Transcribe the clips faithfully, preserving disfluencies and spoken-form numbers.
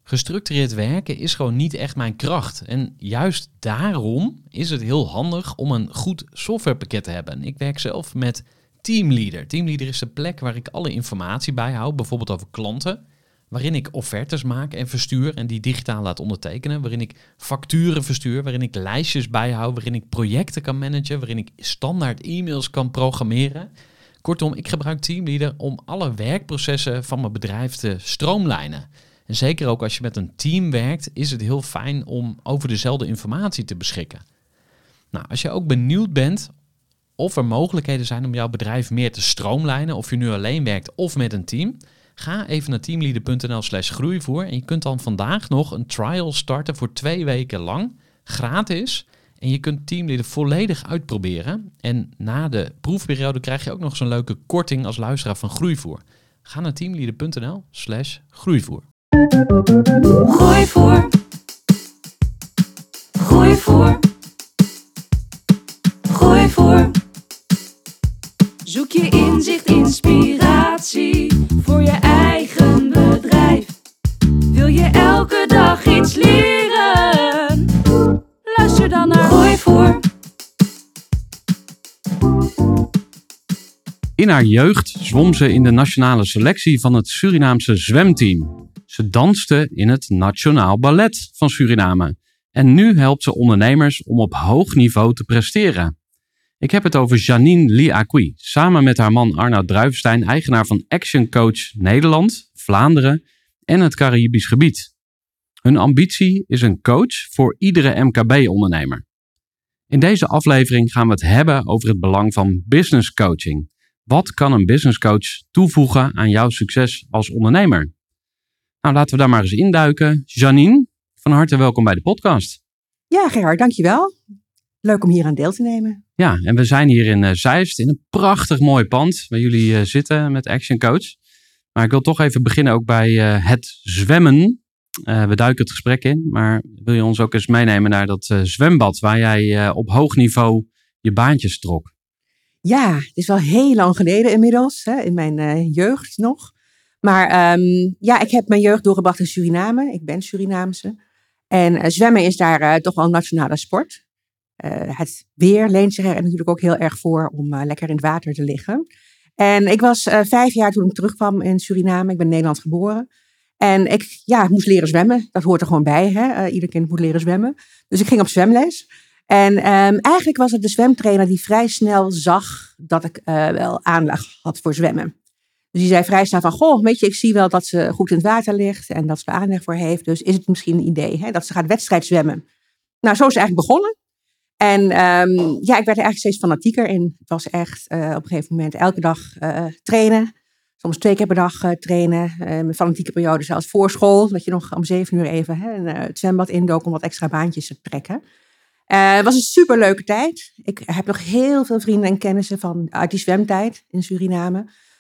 Gestructureerd werken is gewoon niet echt mijn kracht. En juist daarom is het heel handig om een goed softwarepakket te hebben. Ik werk zelf met Teamleader. Teamleader is de plek waar ik alle informatie bijhoud, bijvoorbeeld over klanten, waarin ik offertes maak en verstuur en die digitaal laat ondertekenen, waarin ik facturen verstuur, waarin ik lijstjes bijhoud, waarin ik projecten kan managen, waarin ik standaard e-mails kan programmeren. Kortom, ik gebruik Teamleader om alle werkprocessen van mijn bedrijf te stroomlijnen. En zeker ook als je met een team werkt, is het heel fijn om over dezelfde informatie te beschikken. Nou, als je ook benieuwd bent of er mogelijkheden zijn om jouw bedrijf meer te stroomlijnen, of je nu alleen werkt of met een team, ga even naar teamleader.nl slash groeivoer en je kunt dan vandaag nog een trial starten voor twee weken lang, gratis. En je kunt Teamleader volledig uitproberen. En na de proefperiode krijg je ook nog zo'n leuke korting als luisteraar van Groeivoer. Ga naar teamleader.nl slash groeivoer. Groeivoer. Groeivoer. Groeivoer. Zoek je inzicht, inspiratie voor je eigen bedrijf. Wil je elke dag iets leren? Luister dan naar Groeivoer. In haar jeugd zwom ze in de nationale selectie van het Surinaamse zwemteam. Ze danste in het Nationaal Ballet van Suriname. En nu helpt ze ondernemers om op hoog niveau te presteren. Ik heb het over Janine Lee Acquis, samen met haar man Arnoud Druivenstein, eigenaar van Action Coach Nederland, Vlaanderen en het Caribisch gebied. Hun ambitie is een coach voor iedere M K B-ondernemer. In deze aflevering gaan we het hebben over het belang van business coaching. Wat kan een business coach toevoegen aan jouw succes als ondernemer? Nou, laten we daar maar eens induiken. Janine, van harte welkom bij de podcast. Ja, Gerard, dankjewel. Leuk om hier aan deel te nemen. Ja, en we zijn hier in uh, Zeist in een prachtig mooi pand waar jullie uh, zitten met Action Coach. Maar ik wil toch even beginnen ook bij uh, het zwemmen. Uh, we duiken het gesprek in, maar wil je ons ook eens meenemen naar dat uh, zwembad waar jij uh, op hoog niveau je baantjes trok? Ja, het is wel heel lang geleden inmiddels, hè, in mijn uh, jeugd nog. Maar um, ja, ik heb mijn jeugd doorgebracht in Suriname. Ik ben Surinaamse. En uh, zwemmen is daar uh, toch wel een nationale sport. Uh, het weer leent zich er natuurlijk ook heel erg voor om uh, lekker in het water te liggen. En ik was uh, vijf jaar toen ik terugkwam in Suriname. Ik ben in Nederland geboren. En ik ja, moest leren zwemmen. Dat hoort er gewoon bij. Hè? Uh, ieder kind moet leren zwemmen. Dus ik ging op zwemles. En um, eigenlijk was het de zwemtrainer die vrij snel zag dat ik uh, wel aanleg had voor zwemmen. Dus die zei vrij snel van, goh, weet je, ik zie wel dat ze goed in het water ligt en dat ze er aanleg voor heeft. Dus is het misschien een idee hè, dat ze gaat wedstrijd zwemmen. Nou, zo is het eigenlijk begonnen. En um, ja, ik werd er eigenlijk steeds fanatieker in. Het was echt uh, op een gegeven moment elke dag uh, trainen. Soms twee keer per dag uh, trainen. Uh, met fanatieke perioden zelfs voor school. Dat je nog om zeven uur even hè, in, uh, het zwembad indook om wat extra baantjes te trekken. Uh, het was een superleuke tijd. Ik heb nog heel veel vrienden en kennissen van, uit die zwemtijd in Suriname.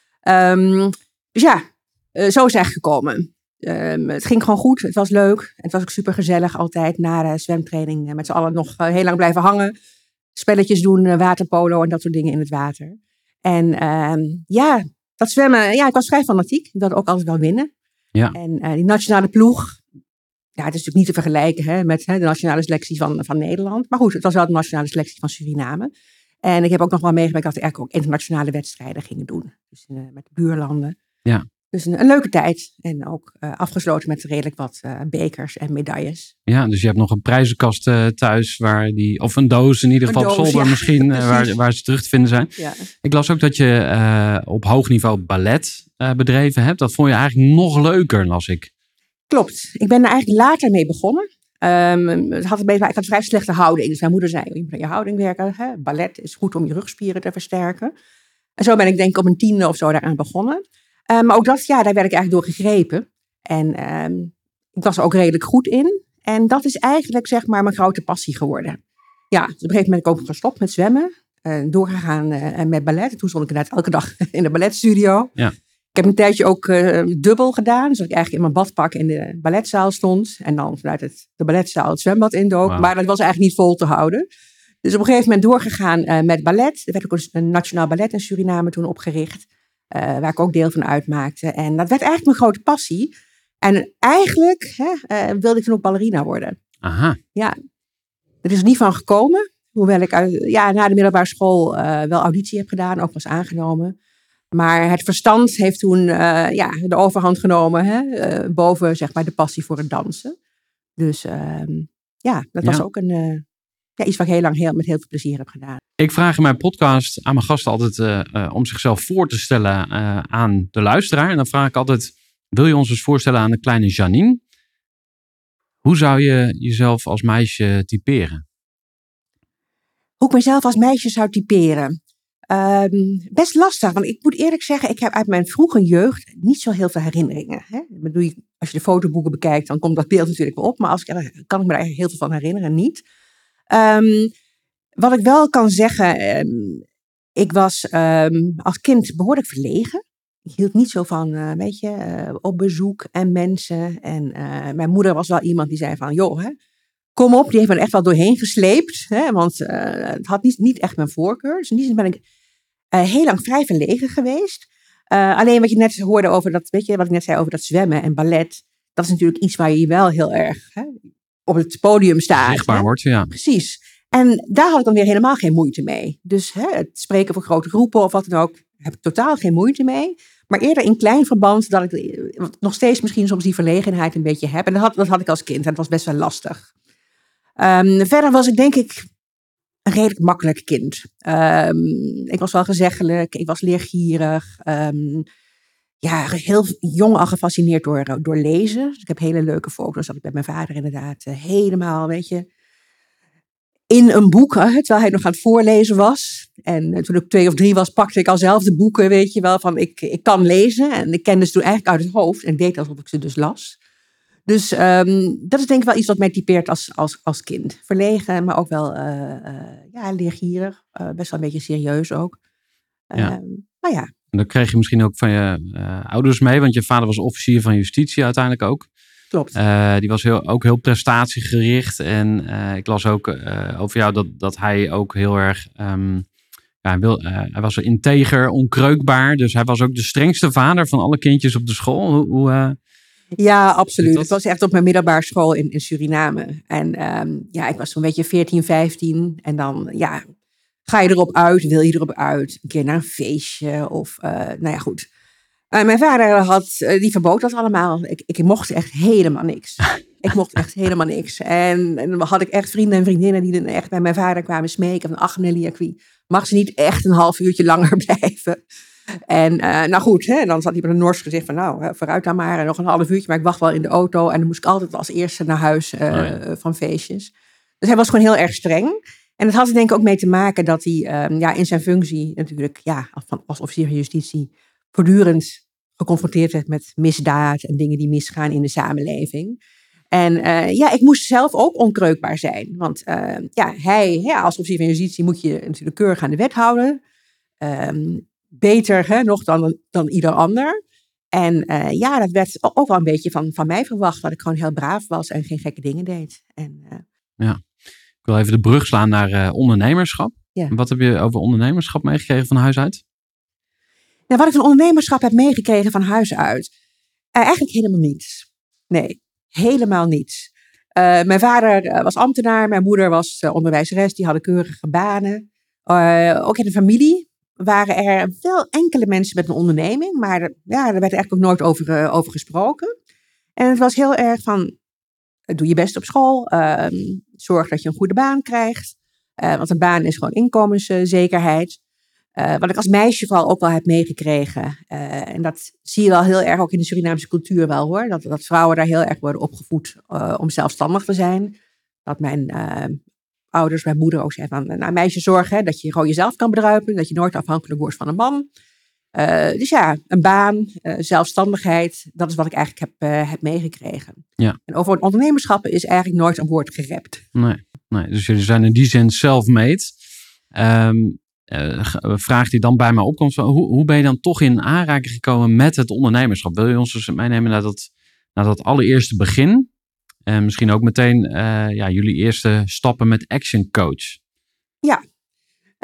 Um, dus ja, uh, zo is het eigenlijk gekomen. Um, het ging gewoon goed, het was leuk. Het was ook super gezellig altijd na de zwemtraining. Uh, met z'n allen nog uh, heel lang blijven hangen. Spelletjes doen, uh, waterpolo en dat soort dingen in het water. En um, ja, dat zwemmen, ja, ik was vrij fanatiek. Ik wilde ook altijd wel winnen. Ja. En uh, die nationale ploeg, ja, het is natuurlijk niet te vergelijken hè, met hè, de nationale selectie van, van Nederland. Maar goed, het was wel de nationale selectie van Suriname. En ik heb ook nog wel meegemaakt dat we eigenlijk ook internationale wedstrijden gingen doen. Dus uh, met de buurlanden. Ja. Dus een, een leuke tijd. En ook uh, afgesloten met redelijk wat uh, bekers en medailles. Ja, dus je hebt nog een prijzenkast uh, thuis, waar die, of een doos in ieder geval, op zolder ja, misschien, uh, waar, waar ze terug te vinden zijn. Ja. Ik las ook dat je uh, op hoog niveau ballet uh, bedreven hebt. Dat vond je eigenlijk nog leuker, las ik. Klopt. Ik ben er eigenlijk later mee begonnen. Um, het had een beetje, ik had vrij slechte houding. Dus mijn moeder zei, je moet aan je houding werken. Hè? Ballet is goed om je rugspieren te versterken. En zo ben ik denk ik op een tiende of zo daaraan begonnen. Um, maar ook dat, ja, daar werd ik eigenlijk door gegrepen. En um, ik was er ook redelijk goed in. En dat is eigenlijk zeg maar mijn grote passie geworden. Ja, dus op een gegeven moment ben ik ook gestopt met zwemmen. Uh, doorgegaan uh, met ballet. En toen stond ik inderdaad elke dag in de balletstudio. Ja. Ik heb een tijdje ook uh, dubbel gedaan. Dus dat ik eigenlijk in mijn badpak in de balletzaal stond. En dan vanuit het, de balletzaal het zwembad indook. Wow. Maar dat was eigenlijk niet vol te houden. Dus op een gegeven moment doorgegaan uh, met ballet. Er werd ook een nationaal ballet in Suriname toen opgericht. Uh, waar ik ook deel van uitmaakte. En dat werd eigenlijk mijn grote passie. En eigenlijk hè, uh, wilde ik toen ook ballerina worden. Aha. Ja, er is er niet van gekomen. Hoewel ik uit, ja, na de middelbare school uh, wel auditie heb gedaan, ook was aangenomen. Maar het verstand heeft toen uh, ja, de overhand genomen hè, uh, boven zeg maar, de passie voor het dansen. Dus uh, ja, dat was ja. ook een, uh, ja, iets wat ik heel lang heel, met heel veel plezier heb gedaan. Ik vraag in mijn podcast aan mijn gasten altijd uh, uh, om zichzelf voor te stellen uh, aan de luisteraar. En dan vraag ik altijd, wil je ons eens voorstellen aan de kleine Janine? Hoe zou je jezelf als meisje typeren? Hoe ik mezelf als meisje zou typeren? Um, best lastig, want ik moet eerlijk zeggen, ik heb uit mijn vroege jeugd niet zo heel veel herinneringen. Hè? Als je de fotoboeken bekijkt, dan komt dat beeld natuurlijk wel op. Maar als ik, kan ik me daar eigenlijk heel veel van herinneren, niet. Um, wat ik wel kan zeggen, um, ik was um, als kind behoorlijk verlegen. Ik hield niet zo van, uh, weet je, uh, op bezoek en mensen. En uh, mijn moeder was wel iemand die zei van, joh, hè, kom op, die heeft me er echt wel doorheen gesleept. Hè, want uh, het had niet, niet echt mijn voorkeur. Dus in die zin ben ik uh, heel lang vrij verlegen geweest. Uh, alleen wat je net hoorde over dat, weet je, wat ik net zei over dat zwemmen en ballet. Dat is natuurlijk iets waar je wel heel erg hè, op het podium staat. Zichtbaar hè? wordt, ja. Precies. En daar had ik dan weer helemaal geen moeite mee. Dus hè, het spreken voor grote groepen of wat dan ook, heb ik totaal geen moeite mee. Maar eerder in klein verband dat ik nog steeds misschien soms die verlegenheid een beetje heb. En dat had, dat had ik als kind en dat was best wel lastig. Um, verder was ik denk ik een redelijk makkelijk kind. Um, ik was wel gezeggelijk, ik was leergierig. Um, ja, heel jong al gefascineerd door, door lezen. Dus ik heb hele leuke foto's dat ik met mijn vader inderdaad uh, helemaal, weet je, in een boek, hè, terwijl hij nog aan het voorlezen was. En uh, toen ik twee of drie was, pakte ik al zelf de boeken, weet je wel, van ik, ik kan lezen. En ik kende ze toen eigenlijk uit het hoofd en ik deed alsof ik ze dus las. Dus um, dat is denk ik wel iets wat mij typeert als, als, als kind. Verlegen, maar ook wel uh, uh, ja, leergierig. Uh, best wel een beetje serieus ook. Uh, ja. Maar ja. En dat kreeg je misschien ook van je uh, ouders mee. Want je vader was officier van justitie uiteindelijk ook. Klopt. Uh, die was heel, ook heel prestatiegericht. En uh, ik las ook uh, over jou dat, dat hij ook heel erg... Um, ja, hij, wil, uh, hij was integer, onkreukbaar. Dus hij was ook de strengste vader van alle kindjes op de school. Hoe... hoe uh, Ja, absoluut. Het was echt op mijn middelbare school in, in Suriname. En um, ja, ik was zo'n beetje veertien, vijftien. En dan, ja, ga je erop uit? Wil je erop uit? Een keer naar een feestje? Of, uh, nou ja, goed. Uh, mijn vader had, uh, die verbood dat allemaal. Ik, ik mocht echt helemaal niks. Ik mocht echt helemaal niks. En, en dan had ik echt vrienden en vriendinnen die dan echt bij mijn vader kwamen smeken. Van, ach Nelly, mag ze niet echt een half uurtje langer blijven? En uh, nou goed, hè, dan zat hij met een Noors gezicht van nou, vooruit dan maar. En nog een half uurtje, maar ik wacht wel in de auto. En dan moest ik altijd als eerste naar huis uh, oh ja. van feestjes. Dus hij was gewoon heel erg streng. En dat had er denk ik ook mee te maken dat hij um, ja, in zijn functie natuurlijk ja, als officier van justitie voortdurend geconfronteerd werd met misdaad en dingen die misgaan in de samenleving. En uh, ja, ik moest zelf ook onkreukbaar zijn. Want uh, ja, hij, ja, als officier van justitie moet je natuurlijk keurig aan de wet houden. Um, Beter hè, nog dan, dan ieder ander. En uh, ja, dat werd ook wel een beetje van, van mij verwacht. Dat ik gewoon heel braaf was en geen gekke dingen deed. En, uh, ja, ik wil even de brug slaan naar uh, ondernemerschap. Ja. Wat heb je over ondernemerschap meegekregen van huis uit? Nou, wat ik van ondernemerschap heb meegekregen van huis uit? Uh, eigenlijk helemaal niets. Nee, helemaal niets. Uh, mijn vader uh, was ambtenaar. Mijn moeder was uh, onderwijzeres. Die hadden keurige banen. Uh, ook in de familie waren er wel enkele mensen met een onderneming, maar er, ja, er werd eigenlijk ook nooit over, uh, over gesproken. En het was heel erg van, doe je best op school, uh, zorg dat je een goede baan krijgt, uh, want een baan is gewoon inkomenszekerheid. Uh, wat ik als meisje vooral ook wel heb meegekregen, uh, en dat zie je wel heel erg ook in de Surinaamse cultuur wel hoor, dat, dat vrouwen daar heel erg worden opgevoed uh, om zelfstandig te zijn. Dat mijn... Uh, ouders, mijn moeder ook zei van, nou meisje zorg hè, dat je gewoon jezelf kan bedruipen, dat je nooit afhankelijk wordt van een man. Uh, dus ja, een baan, uh, zelfstandigheid, dat is wat ik eigenlijk heb, uh, heb meegekregen. Ja. En over het ondernemerschap is eigenlijk nooit een woord gerept. Nee, nee, dus jullie zijn in die zin self-made. Um, uh, vraag die dan bij mij opkomt, hoe, hoe ben je dan toch in aanraking gekomen met het ondernemerschap? Wil je ons dus meenemen naar dat, naar dat allereerste begin? En misschien ook meteen uh, ja, jullie eerste stappen met Action Coach. Ja,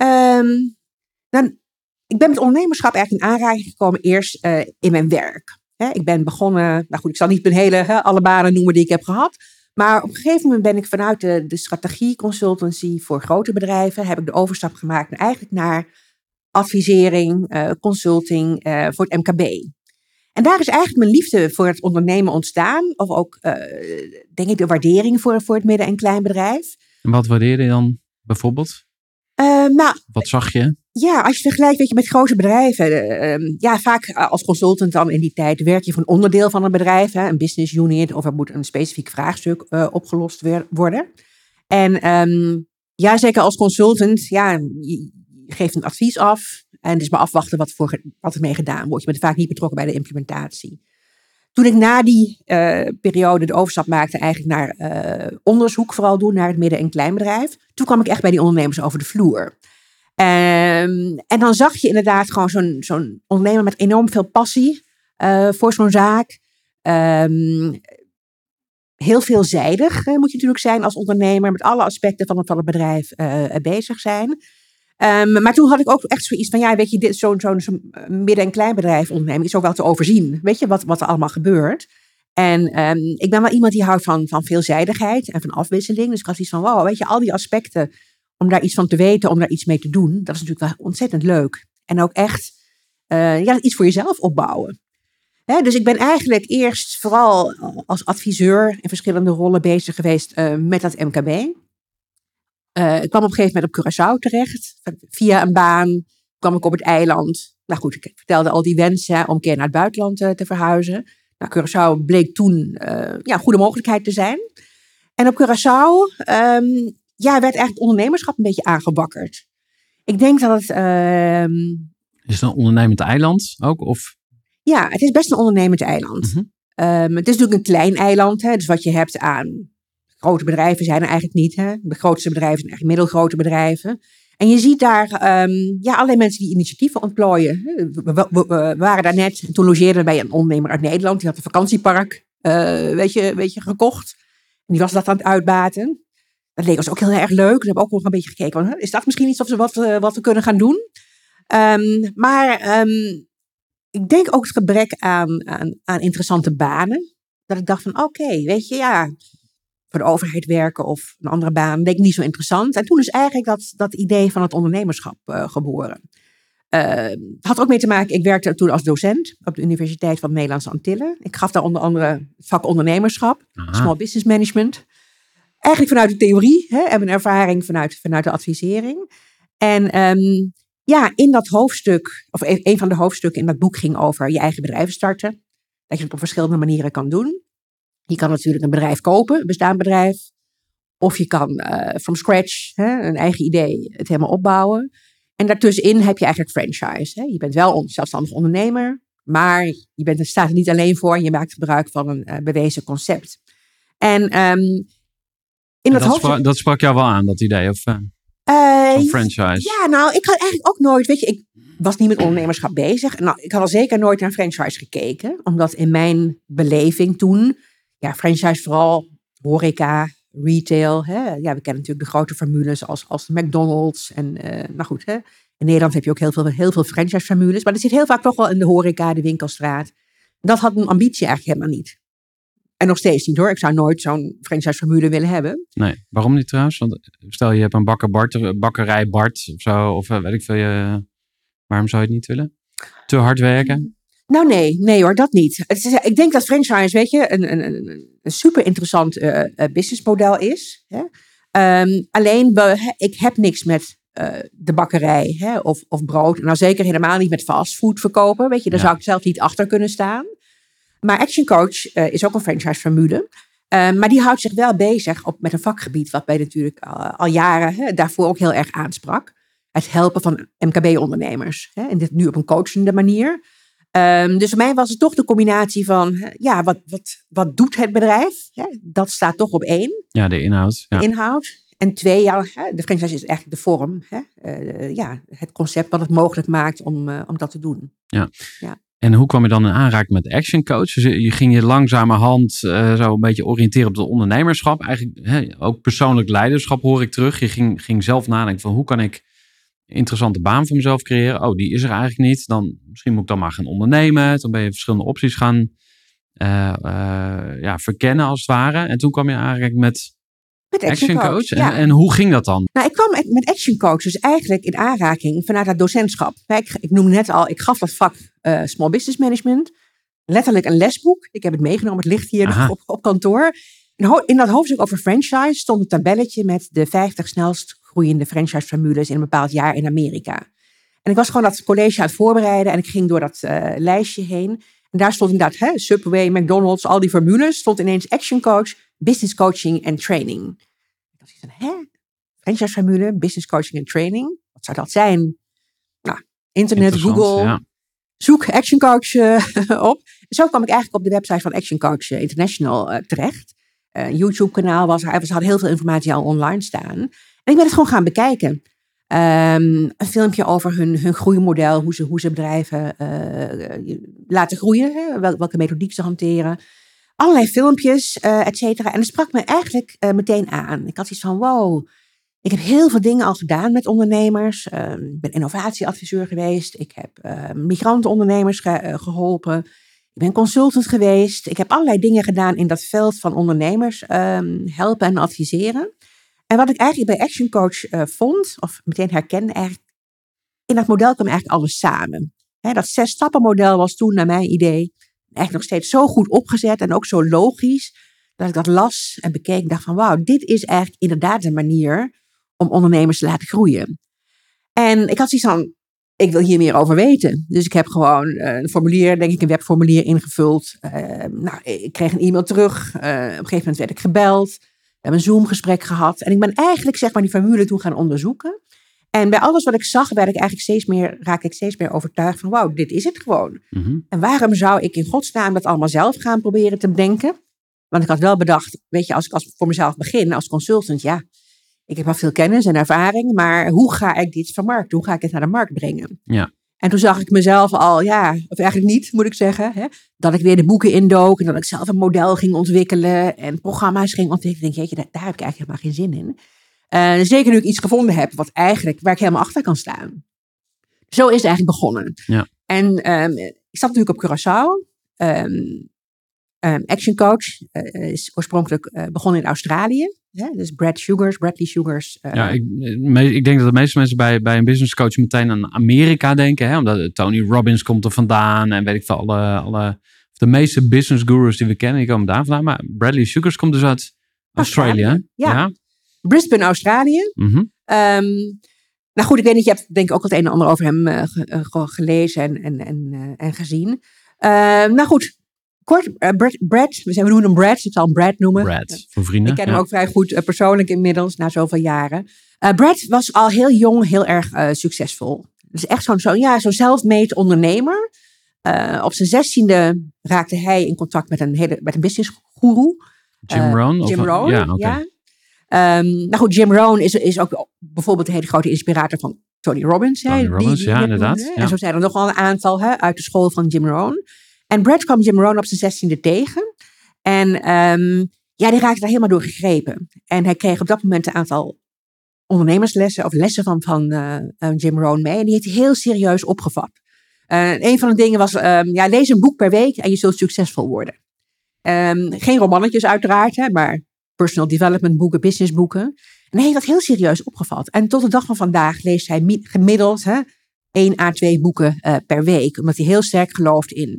um, dan, ik ben met ondernemerschap eigenlijk in aanraking gekomen eerst uh, in mijn werk. Hè, ik ben begonnen, nou goed, ik zal niet mijn hele, hè, alle banen noemen die ik heb gehad. Maar op een gegeven moment ben ik vanuit de, de strategie consultancy voor grote bedrijven, heb ik de overstap gemaakt naar, eigenlijk naar advisering, uh, consulting uh, voor het M K B. En daar is eigenlijk mijn liefde voor het ondernemen ontstaan. Of ook, uh, denk ik, de waardering voor, voor het midden- en kleinbedrijf. En wat waardeerde je dan bijvoorbeeld? Uh, nou, wat zag je? Ja, als je vergelijkt weet je, met grote bedrijven. Uh, uh, ja, vaak als consultant dan in die tijd werk je voor een onderdeel van een bedrijf. Hè, een business unit of er moet een specifiek vraagstuk uh, opgelost weer, worden. En um, ja, zeker als consultant, ja, je geeft een advies af. En het is maar afwachten wat, voor, wat ermee gedaan wordt. Je bent vaak niet betrokken bij de implementatie. Toen ik na die uh, periode de overstap maakte eigenlijk naar uh, onderzoek vooral doen, naar het midden- en kleinbedrijf. Toen kwam ik echt bij die ondernemers over de vloer. Um, en dan zag je inderdaad gewoon zo'n, zo'n ondernemer met enorm veel passie uh, voor zo'n zaak. Um, heel veelzijdig uh, moet je natuurlijk zijn als ondernemer, met alle aspecten van het, van het bedrijf uh, bezig zijn. Um, maar toen had ik ook echt zoiets van, ja, weet je, dit, zo'n, zo'n, zo'n midden- en kleinbedrijf ondernemen is ook wel te overzien. Weet je, wat, wat er allemaal gebeurt. En um, ik ben wel iemand die houdt van, van veelzijdigheid en van afwisseling. Dus ik had iets van, wow, weet je, al die aspecten, om daar iets van te weten, om daar iets mee te doen, dat is natuurlijk wel ontzettend leuk. En ook echt uh, ja, iets voor jezelf opbouwen. Hè, dus ik ben eigenlijk eerst vooral als adviseur in verschillende rollen bezig geweest uh, met dat M K B. Uh, ik kwam op een gegeven moment op Curaçao terecht. Via een baan kwam ik op het eiland. Nou goed, ik vertelde al die wensen om een keer naar het buitenland uh, te verhuizen. Nou, Curaçao bleek toen uh, ja, een goede mogelijkheid te zijn. En op Curaçao um, ja, werd eigenlijk ondernemerschap een beetje aangewakkerd. Ik denk dat het... Uh, is het een ondernemend eiland ook? Of? Ja, het is best een ondernemend eiland. Mm-hmm. Um, het is natuurlijk een klein eiland. Hè, dus wat je hebt aan... Grote bedrijven zijn er eigenlijk niet. Hè? De grootste bedrijven zijn eigenlijk middelgrote bedrijven. En je ziet daar um, ja, allerlei mensen die initiatieven ontplooien. We, we, we, we waren daar net, en toen logeerden we bij een ondernemer uit Nederland. Die had een vakantiepark uh, weet je, weet je, gekocht. En die was dat aan het uitbaten. Dat leek ons ook heel erg leuk. We hebben ook nog een beetje gekeken. Van, is dat misschien iets wat we, wat, uh, wat we kunnen gaan doen? Um, maar um, ik denk ook het gebrek aan, aan, aan interessante banen. Dat ik dacht van oké, okay, weet je, ja... voor de overheid werken of een andere baan, leek niet zo interessant. En toen is eigenlijk dat, dat idee van het ondernemerschap uh, geboren. Uh, het had er ook mee te maken, ik werkte toen als docent op de Universiteit van de Nederlandse Antillen. Ik gaf daar onder andere het vak ondernemerschap, Aha. small business management. Eigenlijk vanuit de theorie hè, en mijn ervaring vanuit, vanuit de advisering. En um, ja, in dat hoofdstuk, of een, een van de hoofdstukken in dat boek ging over je eigen bedrijf starten. Dat je het op verschillende manieren kan doen. Je kan natuurlijk een bedrijf kopen, een bestaand bedrijf. Of je kan uh, from scratch, hè, een eigen idee, het helemaal opbouwen. En daartussenin heb je eigenlijk franchise. Hè. Je bent wel een zelfstandig ondernemer, maar je bent, er staat er niet alleen voor. Je maakt gebruik van een uh, bewezen concept. En um, in dat, dat, hoofdstuk... sprak, dat sprak jou wel aan, dat idee? Of, uh, uh, van franchise? Ja, nou, ik had eigenlijk ook nooit, weet je, ik was niet met ondernemerschap bezig. Nou, ik had al zeker nooit naar franchise gekeken. Omdat in mijn beleving toen... Ja, franchise vooral horeca, retail. Hè. Ja, we kennen natuurlijk de grote formules als, als McDonald's. En uh, nou goed, hè. In Nederland heb je ook heel veel, heel veel franchise formules. Maar dat zit heel vaak toch wel in de horeca, de winkelstraat. Dat had mijn ambitie eigenlijk helemaal niet. En nog steeds niet hoor. Ik zou nooit zo'n franchise formule willen hebben. Nee, waarom niet trouwens? Want stel je hebt een bakker Bart, bakkerij Bart of zo. Of weet ik veel. Je, waarom zou je het niet willen? Te hard werken? Nou nee, nee hoor, dat niet. Het is, ik denk dat franchise, weet je, een, een, een super interessant uh, businessmodel is. Hè? Um, alleen, we, ik heb niks met uh, de bakkerij hè, of, of brood. Nou zeker helemaal niet met fastfood verkopen. Weet je, daar ja. zou ik zelf niet achter kunnen staan. Maar Action Coach uh, is ook een franchise formule. Uh, maar die houdt zich wel bezig op, met een vakgebied wat mij natuurlijk uh, al jaren hè, daarvoor ook heel erg aansprak. Het helpen van M K B-ondernemers. Hè, en dit nu op een coachende manier. Um, dus voor mij was het toch de combinatie van, ja, wat, wat, wat doet het bedrijf? Ja, dat staat toch op één. Ja, de inhoud. Ja. De inhoud. En twee, ja, de franchise is eigenlijk de vorm. Hè? Uh, ja, het concept wat het mogelijk maakt om, uh, om dat te doen. Ja. ja. En hoe kwam je dan in aanraking met Action Coach? Dus je ging je langzamerhand uh, zo een beetje oriënteren op het ondernemerschap. Eigenlijk hè, ook persoonlijk leiderschap hoor ik terug. Je ging, ging zelf nadenken van hoe kan ik interessante baan voor mezelf creëren. Oh, die is er eigenlijk niet. Dan misschien moet ik dan maar gaan ondernemen. Dan ben je verschillende opties gaan uh, uh, ja, verkennen als het ware. En toen kwam je eigenlijk met, met Action, action Coach. Coach. Ja. En, en hoe ging dat dan? Nou, ik kwam met Action Coach dus eigenlijk in aanraking vanuit dat docentschap. Ik, ik noemde net al, ik gaf dat vak uh, Small Business Management. Letterlijk een lesboek. Ik heb het meegenomen. Het ligt hier nog op, op kantoor. In dat hoofdstuk over franchise stond een tabelletje met de vijftig snelst groeiende franchise-formules in een bepaald jaar in Amerika. En ik was gewoon dat college aan het voorbereiden en ik ging door dat uh, lijstje heen. En daar stond inderdaad hè, Subway, McDonald's, al die formules. Stond ineens Action Coach, Business Coaching en Training. Ik dacht van, hè? Franchise-formule, Business Coaching en Training? Wat zou dat zijn? Nou, internet, Google. Ja. Zoek Action Coach uh, op. Zo kwam ik eigenlijk op de website van Action Coach International uh, terecht. Uh, YouTube-kanaal was er. Ze hadden heel veel informatie al online staan. En ik ben het gewoon gaan bekijken. Um, een filmpje over hun, hun groeimodel. Hoe ze, hoe ze bedrijven uh, laten groeien. Hè, wel, welke methodiek ze hanteren. Allerlei filmpjes, uh, et cetera. En het sprak me eigenlijk uh, meteen aan. Ik had iets van, wow. Ik heb heel veel dingen al gedaan met ondernemers. Uh, ik ben innovatieadviseur geweest. Ik heb uh, migrantenondernemers ge- uh, geholpen. Ik ben consultant geweest. Ik heb allerlei dingen gedaan in dat veld van ondernemers um, helpen en adviseren. En wat ik eigenlijk bij Action Coach uh, vond, of meteen herkende, eigenlijk, in dat model kwam eigenlijk alles samen. He, dat zes-stappen-model was toen, naar mijn idee, eigenlijk nog steeds zo goed opgezet en ook zo logisch, dat ik dat las en bekeek en dacht van, wauw, dit is eigenlijk inderdaad een manier om ondernemers te laten groeien. En ik had zoiets van, ik wil hier meer over weten. Dus ik heb gewoon uh, een formulier, denk ik, een webformulier ingevuld. Uh, nou, ik kreeg een e-mail terug. Uh, op een gegeven moment werd ik gebeld. We hebben een Zoom-gesprek gehad. En ik ben eigenlijk, zeg maar, die formule toen gaan onderzoeken. En bij alles wat ik zag, werd ik eigenlijk steeds meer, raakte ik steeds meer overtuigd van, wauw, dit is het gewoon. Mm-hmm. En waarom zou ik in godsnaam dat allemaal zelf gaan proberen te bedenken? Want ik had wel bedacht, weet je, als ik als voor mezelf begin, als consultant, ja, ik heb wel veel kennis en ervaring, maar hoe ga ik dit vermarkten? Hoe ga ik het naar de markt brengen? Ja. En toen zag ik mezelf al, ja, of eigenlijk niet, moet ik zeggen, hè, dat ik weer de boeken indook en dat ik zelf een model ging ontwikkelen en programma's ging ontwikkelen. Ik denk, jeetje, daar, daar heb ik eigenlijk helemaal geen zin in. Uh, zeker nu ik iets gevonden heb wat eigenlijk, waar ik helemaal achter kan staan. Zo is het eigenlijk begonnen. Ja. En um, ik zat natuurlijk op Curaçao. Um, um, Action Coach uh, is oorspronkelijk uh, begonnen in Australië. Ja, dus Brad Sugars, Bradley Sugars. Uh, ja, ik, ik denk dat de meeste mensen bij, bij een business coach meteen aan Amerika denken. Hè? Omdat Tony Robbins komt er vandaan. En weet ik veel, alle, alle, de meeste business gurus die we kennen, die komen daar vandaan. Maar Bradley Sugars komt dus uit Australië. Australië ja. ja. Brisbane, Australië. Mm-hmm. Um, nou goed, ik weet niet, je hebt denk ik ook het een en ander over hem uh, ge, uh, gelezen en, en, en, uh, en gezien. Uh, nou goed, kort, uh, Brad, Brad, we noemen hem Brad, ik zal hem Brad noemen. Brad, voor vrienden. Ik ken ja. hem ook vrij goed uh, persoonlijk inmiddels, na zoveel jaren. Uh, Brad was al heel jong heel erg uh, succesvol. Dus echt zo'n zo, ja, zo'n self-made ondernemer. Uh, op zijn zestiende raakte hij in contact met een, hele, met een business guru. Jim uh, Rohn? Jim of, Rohn, ja. Okay. ja. Um, nou goed, Jim Rohn is, is ook bijvoorbeeld een hele grote inspirator van Tony Robbins. Tony hè, Robbins, die, die ja, inderdaad. Doen, ja. En zo zijn er nog wel een aantal hè, uit de school van Jim Rohn. En Brad kwam Jim Rohn op zijn zestiende tegen. En um, ja, die raakte daar helemaal door gegrepen. En hij kreeg op dat moment een aantal ondernemerslessen of lessen van, van uh, Jim Rohn mee. En die heeft hij heel serieus opgevat. Uh, een van de dingen was, um, ja, lees een boek per week en je zult succesvol worden. Um, geen romannetjes uiteraard, hè, maar personal development boeken, business boeken. En hij heeft dat heel serieus opgevat. En tot de dag van vandaag leest hij mi- gemiddeld hè, één à twee boeken uh, per week. Omdat hij heel sterk gelooft in.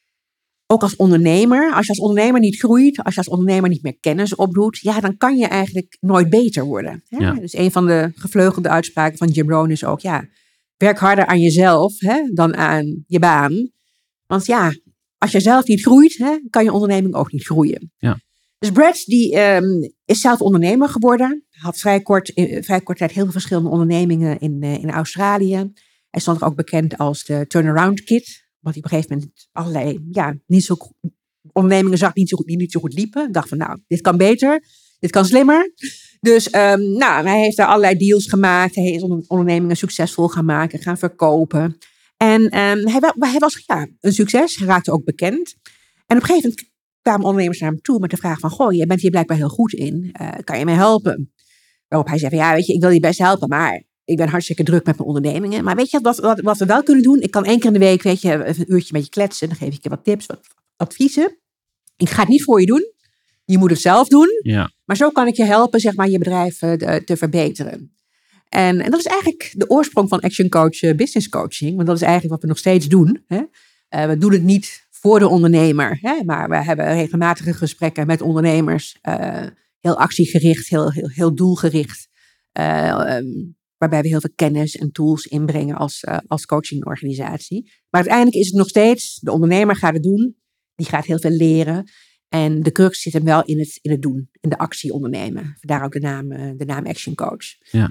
Ook als ondernemer, als je als ondernemer niet groeit, als je als ondernemer niet meer kennis opdoet, ja, dan kan je eigenlijk nooit beter worden. Hè? Ja. Dus een van de gevleugelde uitspraken van Jim Rohn is ook, ja, werk harder aan jezelf hè, dan aan je baan. Want ja, als je zelf niet groeit, hè, kan je onderneming ook niet groeien. Ja. Dus Brad die, um, is zelf ondernemer geworden. Had vrij kort, in vrij kort tijd heel veel verschillende ondernemingen in, uh, in Australië. Hij stond er ook bekend als de Turnaround Kid. Want hij op een gegeven moment allerlei ja, niet zo, ondernemingen zag niet zo goed, die niet zo goed liepen. Ik dacht van nou, dit kan beter. Dit kan slimmer. Dus um, nou, hij heeft daar allerlei deals gemaakt. Hij is ondernemingen succesvol gaan maken, gaan verkopen. En um, hij, hij was ja, een succes. Hij raakte ook bekend. En op een gegeven moment kwamen ondernemers naar hem toe met de vraag van, goh, je bent hier blijkbaar heel goed in. Uh, kan je mij helpen? Waarop hij zei van, ja, weet je, ik wil je best helpen, maar ik ben hartstikke druk met mijn ondernemingen. Maar weet je wat, wat, wat we wel kunnen doen? Ik kan één keer in de week, weet je, even een uurtje met je kletsen. Dan geef ik je wat tips, wat adviezen. Ik ga het niet voor je doen. Je moet het zelf doen. Ja. Maar zo kan ik je helpen, zeg maar, je bedrijf uh, de, te verbeteren. En, en dat is eigenlijk de oorsprong van Action Coach uh, Business Coaching. Want dat is eigenlijk wat we nog steeds doen. Hè? Uh, we doen het niet voor de ondernemer. Hè? Maar we hebben regelmatige gesprekken met ondernemers. Uh, heel actiegericht, heel, heel, heel doelgericht. Uh, um, waarbij we heel veel kennis en tools inbrengen als, uh, als coachingorganisatie. Maar uiteindelijk is het nog steeds, de ondernemer gaat het doen. Die gaat heel veel leren. En de crux zit hem wel in het, in het doen, in de actie ondernemen. Vandaar ook de naam, de naam Action Coach. Ja.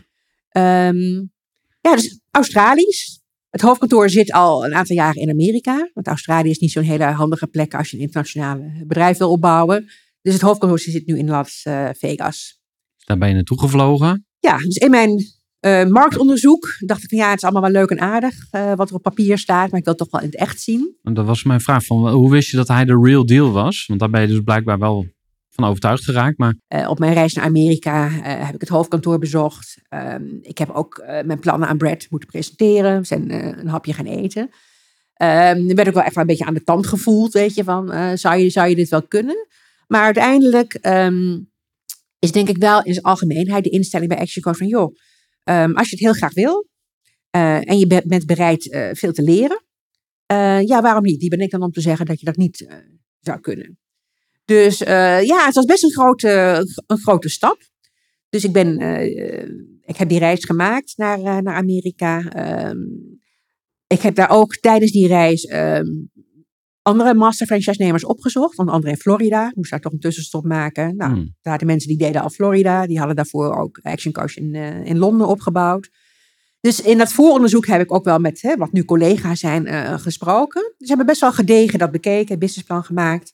Um, ja, dus Australisch. Het hoofdkantoor zit al een aantal jaren in Amerika. Want Australië is niet zo'n hele handige plek als je een internationale bedrijf wil opbouwen. Dus het hoofdkantoor zit nu in Las uh, Vegas. Daar ben je naartoe gevlogen? Ja, dus in mijn uh, marktonderzoek dacht ik van ja, het is allemaal wel leuk en aardig uh, wat er op papier staat. Maar ik wil het toch wel in het echt zien. En dat was mijn vraag. Van, hoe wist je dat hij de real deal was? Want daar ben je dus blijkbaar wel van overtuigd geraakt. Maar... Uh, op mijn reis naar Amerika uh, heb ik het hoofdkantoor bezocht. Um, ik heb ook uh, mijn plannen aan Brad moeten presenteren. We zijn uh, een hapje gaan eten. Um, er werd ook wel echt wel een beetje aan de tand gevoeld. Weet je, van uh, zou, je, zou je dit wel kunnen? Maar uiteindelijk um, is denk ik wel in zijn algemeenheid de instelling bij Action Coach van joh, um, als je het heel graag wil uh, en je be- bent bereid uh, veel te leren. Uh, ja, waarom niet? Die ben ik dan om te zeggen dat je dat niet uh, zou kunnen. Dus uh, ja, het was best een grote, een grote stap. Dus ik ben, uh, ik heb die reis gemaakt naar, uh, naar Amerika. Um, ik heb daar ook tijdens die reis um, andere master franchise-nemers opgezocht. Onder andere in Florida. Ik moest daar toch een tussenstop maken. Nou, hmm. daar de mensen die deden al Florida. Die hadden daarvoor ook Action Coach in, uh, in Londen opgebouwd. Dus in dat vooronderzoek heb ik ook wel met hè, wat nu collega's zijn uh, gesproken. Dus ze hebben best wel gedegen dat bekeken, businessplan gemaakt.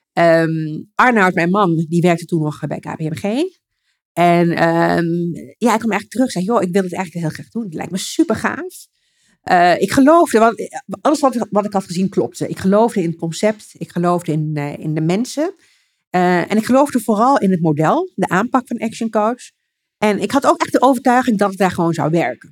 Um, Arnoud, mijn man, die werkte toen nog bij K P M G. En um, ja, ik kwam eigenlijk terug en zei, joh, ik wil het eigenlijk heel graag doen. Het lijkt me super gaaf. Uh, ik geloofde, want alles wat ik, wat ik had gezien klopte. Ik geloofde in het concept, ik geloofde in, uh, in de mensen. Uh, en ik geloofde vooral in het model, de aanpak van Action Coach. En ik had ook echt de overtuiging dat het daar gewoon zou werken.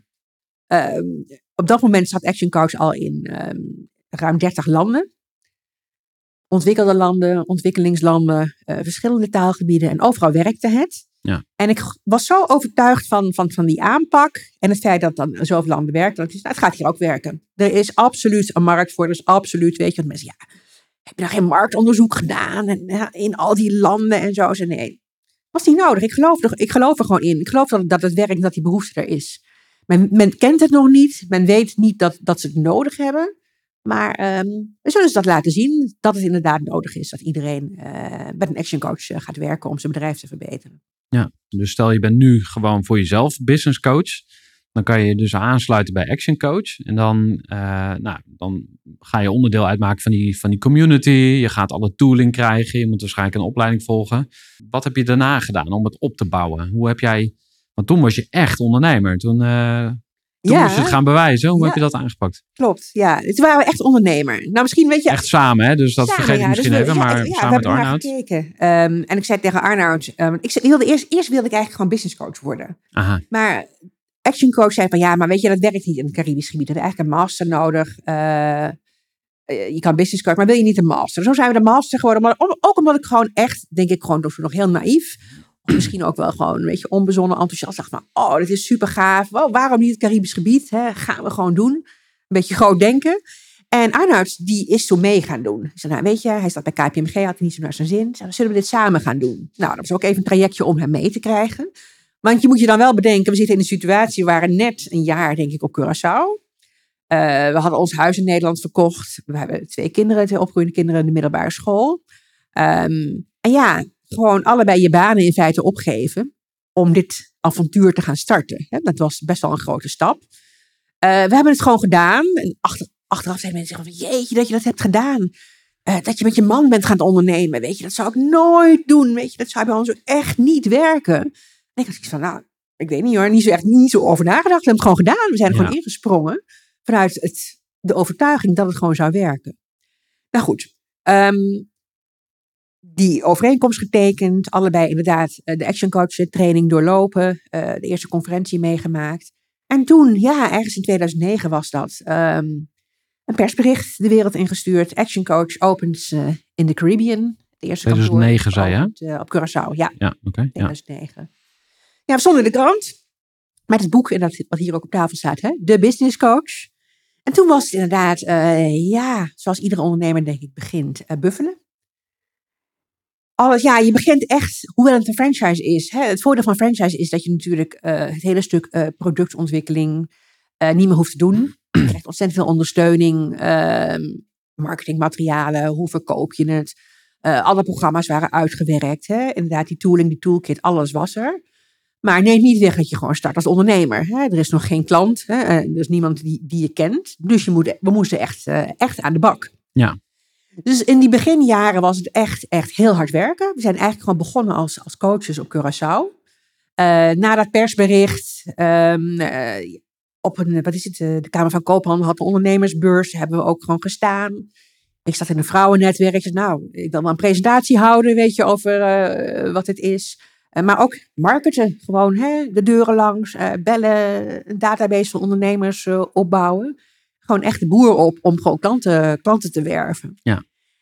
Um, op dat moment zat Action Coach al in um, ruim dertig landen. Ontwikkelde landen, ontwikkelingslanden, uh, verschillende taalgebieden. En overal werkte het. Ja. En ik was zo overtuigd van, van, van die aanpak. En het feit dat dan zoveel landen werken. Dat ik zei, nou, het gaat hier ook werken. Er is absoluut een markt voor. Er is absoluut, weet je. Want mensen, ja, heb je nou geen marktonderzoek gedaan? En, ja, in al die landen en zo. Ze, nee, was niet nodig. Ik geloof, er, ik geloof er gewoon in. Ik geloof dat, dat het werkt en dat die behoefte er is. Men, men kent het nog niet. Men weet niet dat, dat ze het nodig hebben. Maar um, we zullen ze dat laten zien. Dat het inderdaad nodig is. Dat iedereen uh, met een Action Coach uh, gaat werken om zijn bedrijf te verbeteren. Ja, dus stel je bent nu gewoon voor jezelf business coach. Dan kan je je dus aansluiten bij Action Coach. En dan, uh, nou, dan ga je onderdeel uitmaken van die, van die community. Je gaat alle tooling krijgen. Je moet waarschijnlijk een opleiding volgen. Wat heb je daarna gedaan om het op te bouwen? Hoe heb jij... Want toen was je echt ondernemer. Toen, uh, toen ja, moest je het gaan bewijzen. Hoe ja, heb je dat aangepakt? Klopt, ja. Toen waren we echt ondernemer. Nou, misschien weet je... Echt samen, hè? Dus dat samen, vergeet ik ja, misschien dus we, even. ja, Maar ja, samen met we Arnoud. gekeken. Um, en ik zei tegen Arnoud... Um, ik wilde eerst, eerst wilde ik eigenlijk gewoon business coach worden. Aha. Maar Action Coach zei van... Ja, maar weet je, dat werkt niet in het Caribisch gebied. We hebben eigenlijk een master nodig. Uh, je kan business coach, maar wil je niet een master? Zo zijn we de master geworden. Maar ook omdat ik gewoon echt, denk ik, gewoon nog heel naïef... Of misschien ook wel gewoon een beetje onbezonnen enthousiast. Dacht van, oh, dit is super gaaf. Wow, waarom niet het Caribisch gebied? Hè? Gaan we gewoon doen. Een beetje groot denken. En Arnoud, die is zo mee gaan doen. Ik zei, nou weet je, hij zat bij K P M G, had hij niet zo naar zijn zin. Ik zei, zullen we dit samen gaan doen? Nou, dat was ook even een trajectje om hem mee te krijgen. Want je moet je dan wel bedenken, we zitten in een situatie, we waren net een jaar, denk ik, op Curaçao. Uh, we hadden ons huis in Nederland verkocht. We hebben twee kinderen, twee opgroeiende kinderen in de middelbare school. Um, en ja... Gewoon allebei je banen in feite opgeven om dit avontuur te gaan starten. Dat was best wel een grote stap. Uh, we hebben het gewoon gedaan. En achter, achteraf zijn mensen zeggen van, jeetje dat je dat hebt gedaan. Uh, dat je met je man bent gaan ondernemen. Weet je, dat zou ik nooit doen. Weet je, dat zou bij ons ook echt niet werken. En ik dacht van, nou, ik weet niet hoor. Niet zo, echt niet zo over nagedacht. We hebben het gewoon gedaan. We zijn er ja. gewoon ingesprongen. Vanuit het, de overtuiging dat het gewoon zou werken. Nou goed. Um, Die overeenkomst getekend, allebei inderdaad de Action Coach training doorlopen, uh, de eerste conferentie meegemaakt. En toen, ja, ergens in tweeduizend negen was dat, um, een persbericht de wereld ingestuurd. Action Coach opens uh, in de Caribbean. De eerste tweeduizend negen zei je, hè? Uh, op Curaçao, ja. Ja, oké. Okay, tweeduizend negen. Ja. ja, we stonden in de krant. Met het boek, wat hier ook op tafel staat, hè? De Business Coach. En toen was het inderdaad, uh, ja, zoals iedere ondernemer denk ik begint, uh, buffelen. Alles, ja, je begint echt, hoewel het een franchise is. Hè, het voordeel van een franchise is dat je natuurlijk uh, het hele stuk uh, productontwikkeling uh, niet meer hoeft te doen. Je krijgt ontzettend veel ondersteuning, uh, marketingmaterialen, hoe verkoop je het. Uh, alle programma's waren uitgewerkt. Hè. Inderdaad, die tooling, die toolkit, alles was er. Maar neem niet weg dat je gewoon start als ondernemer. Hè. Er is nog geen klant, hè. Er is niemand die, die je kent. Dus je moet, we moesten echt, uh, echt aan de bak. Ja. Dus in die beginjaren was het echt, echt heel hard werken. We zijn eigenlijk gewoon begonnen als, als coaches op Curaçao. Uh, na dat persbericht, um, uh, op een, wat is het, uh, de Kamer van Koophandel had een ondernemersbeurs, hebben we ook gewoon gestaan. Ik zat in een vrouwennetwerk. Ik zei, nou, ik wil wel een presentatie houden, weet je, over uh, wat het is. Uh, maar ook marketen, gewoon hè, de deuren langs, uh, bellen, een database van ondernemers uh, opbouwen. Gewoon echt de boer op om gewoon klanten, klanten te werven. Ja.